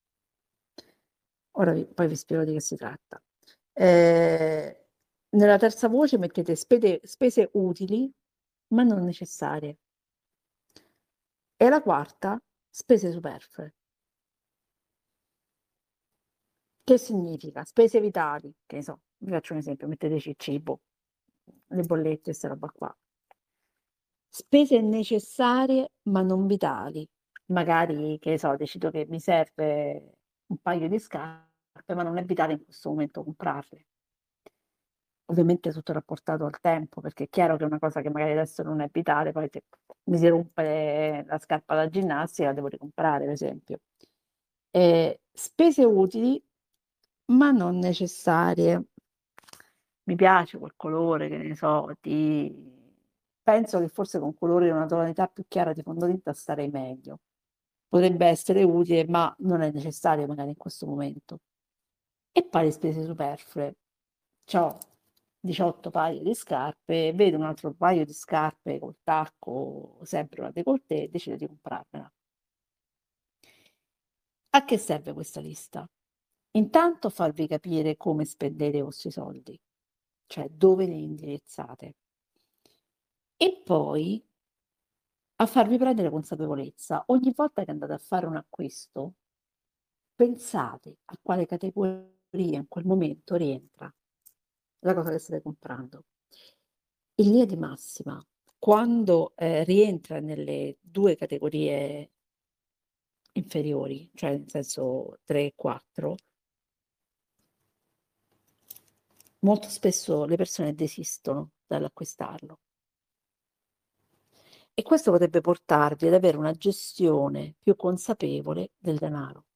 Ora vi, poi vi spiego di che si tratta. Eh, nella terza voce mettete spese, spese utili ma non necessarie. E la quarta, spese superflue. Che significa? Spese vitali, che ne so, vi faccio un esempio, metteteci il cibo, le bollette, questa roba qua. Spese necessarie ma non vitali. Magari, che ne so, decido che mi serve un paio di scarpe, ma non è vitale in questo momento comprarle. Ovviamente tutto rapportato al tempo, perché è chiaro che una cosa che magari adesso non è vitale, poi se mi si rompe la scarpa da ginnastica, la devo ricomprare, per esempio. Eh, spese utili, ma non necessarie. Mi piace quel colore, che ne so, di... penso che forse con colori di una tonalità più chiara di fondotinta starei meglio. Potrebbe essere utile, ma non è necessario magari in questo momento. E poi le spese superflue. C'ho diciotto paia di scarpe, vedo un altro paio di scarpe col tacco, sempre una décolleté, e decido di comprarmela. A che serve questa lista? Intanto farvi capire come spendete i vostri soldi, cioè dove li indirizzate. E poi a farvi prendere consapevolezza. Ogni volta che andate a fare un acquisto, pensate a quale categoria in quel momento rientra la cosa che state comprando. In linea di massima, quando eh, rientra nelle due categorie inferiori, cioè nel senso tre e quattro, molto spesso le persone desistono dall'acquistarlo. E questo potrebbe portarvi ad avere una gestione più consapevole del denaro.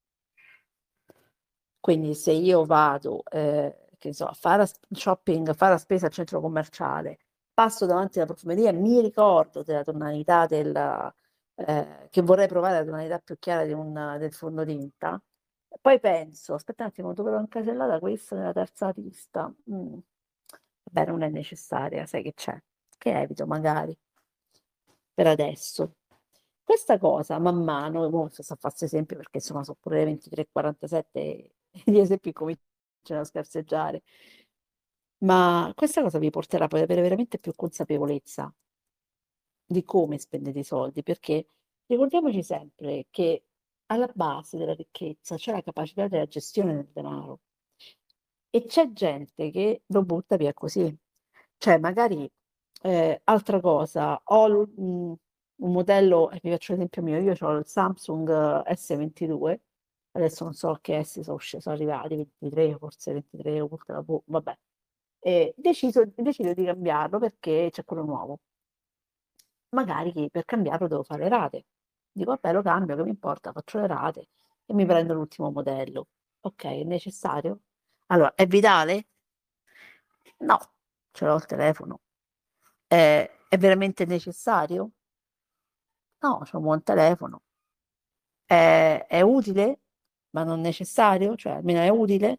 Quindi se io vado, eh, che so, a fare shopping, a fare la spesa al centro commerciale, passo davanti alla profumeria e mi ricordo della tonalità del, eh, che vorrei provare la tonalità più chiara di un, del fondotinta, poi penso, aspetta un attimo, dove l'ho incasellata questa nella terza lista? Mm. Beh, non è necessaria, sai che c'è, che evito magari per adesso. Questa cosa, man mano, mo sto a fare esempio perché insomma sono pure le ventitré e quarantasette e gli esempi cominciano a scarseggiare, ma questa cosa vi porterà poi ad avere veramente più consapevolezza di come spendete i soldi, perché ricordiamoci sempre che alla base della ricchezza c'è la capacità della gestione del denaro e c'è gente che lo butta via così. Cioè, magari eh, altra cosa, ho l- mh, un modello, e vi faccio l'esempio mio, io ho il Samsung eh, S ventidue, adesso non so che S sono, usci- sono arrivati, ventitré, forse ventitré, Ultra, boh, vabbè. E deciso, decido di cambiarlo perché c'è quello nuovo. Magari che per cambiarlo devo fare le rate. Dico, vabbè, lo cambio, che mi importa, faccio le rate e mi prendo l'ultimo modello. Ok, è necessario? Allora, è vitale? No, ce l'ho il telefono. È, è veramente necessario? No, c'è un buon telefono. È, è utile, ma non necessario? Cioè, almeno è utile?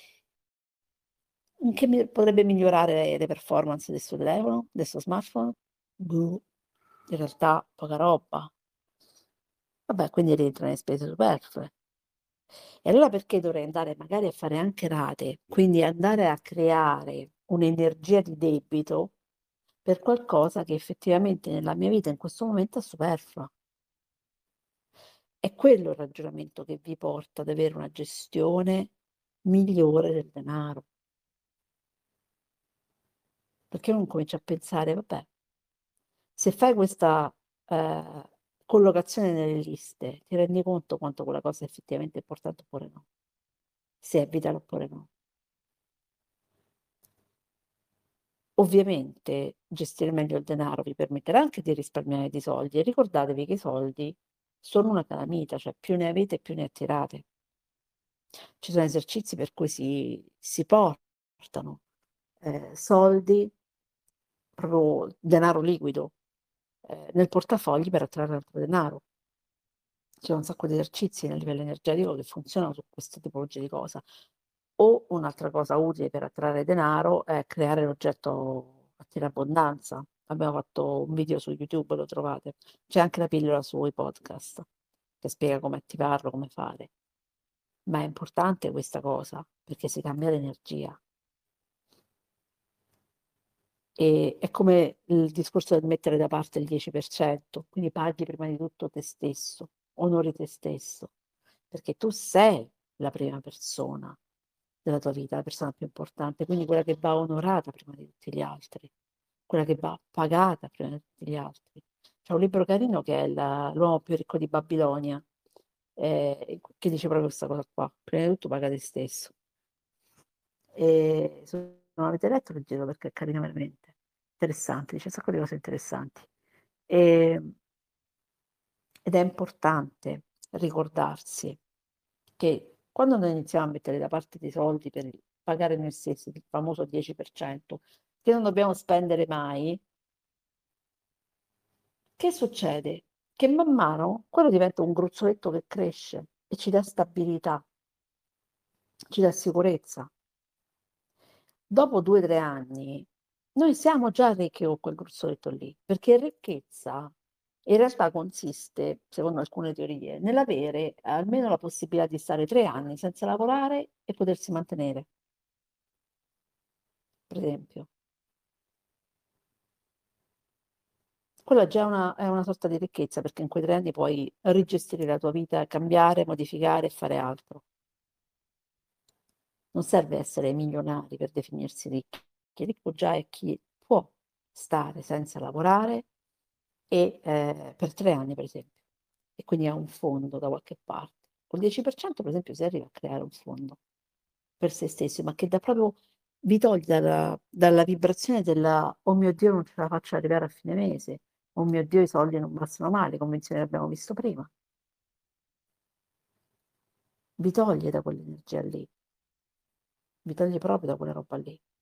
In che mi- potrebbe migliorare le, le performance del suo telefono, del suo smartphone? Boh, in realtà poca roba. Vabbè, quindi rientra nelle spese superflue. E allora perché dovrei andare magari a fare anche rate? Quindi andare a creare un'energia di debito per qualcosa che effettivamente nella mia vita in questo momento è superflua. È quello il ragionamento che vi porta ad avere una gestione migliore del denaro. Perché non cominci a pensare, vabbè, se fai questa eh, collocazione nelle liste, ti rendi conto quanto quella cosa è effettivamente importante oppure no? Se è vitale oppure no. Ovviamente gestire meglio il denaro vi permetterà anche di risparmiare dei soldi e ricordatevi che i soldi sono una calamita, cioè più ne avete più ne attirate. Ci sono esercizi per cui si, si portano eh, soldi, proprio denaro liquido, eh, nel portafogli per attrarre altro denaro. C'è un sacco di esercizi nel livello energetico che funzionano su questa tipologia di cosa. O un'altra cosa utile per attrarre denaro è creare l'oggetto attira abbondanza. Abbiamo fatto un video su YouTube, lo trovate. C'è anche la pillola sui podcast che spiega come attivarlo, come fare. Ma è importante questa cosa perché si cambia l'energia. E è come il discorso del mettere da parte il dieci per cento, quindi paghi prima di tutto te stesso, onori te stesso, perché tu sei la prima persona della tua vita, la persona più importante, quindi quella che va onorata prima di tutti gli altri, quella che va pagata prima di tutti gli altri. C'è un libro carino che è la- L'uomo più ricco di Babilonia, eh, che dice proprio questa cosa qua, prima di tutto paga te stesso. E se non l'avete letto, leggetelo perché è carino veramente, interessante, dice un sacco di cose interessanti. E- ed è importante ricordarsi che quando noi iniziamo a mettere da parte dei soldi per pagare noi stessi, il famoso dieci per cento, che non dobbiamo spendere mai, che succede? Che man mano quello diventa un gruzzoletto che cresce e ci dà stabilità, ci dà sicurezza. Dopo due o tre anni noi siamo già ricchi con quel gruzzoletto lì, perché ricchezza in realtà consiste, secondo alcune teorie, nell'avere almeno la possibilità di stare tre anni senza lavorare e potersi mantenere, per esempio. Quella già è una, è una sorta di ricchezza, perché in quei tre anni puoi rigestire la tua vita, cambiare, modificare e fare altro. Non serve essere milionari per definirsi ricchi. Chi ricco già è chi può stare senza lavorare e eh, per tre anni, per esempio, e quindi ha un fondo da qualche parte. Col dieci per cento, per esempio, si arriva a creare un fondo per se stessi, ma che da proprio vi toglie dalla, dalla vibrazione della oh mio Dio, non ce la faccio arrivare a fine mese, oh mio Dio, i soldi non bastano mai, convenzioni che abbiamo visto prima. Vi toglie da quell'energia lì, vi toglie proprio da quella roba lì.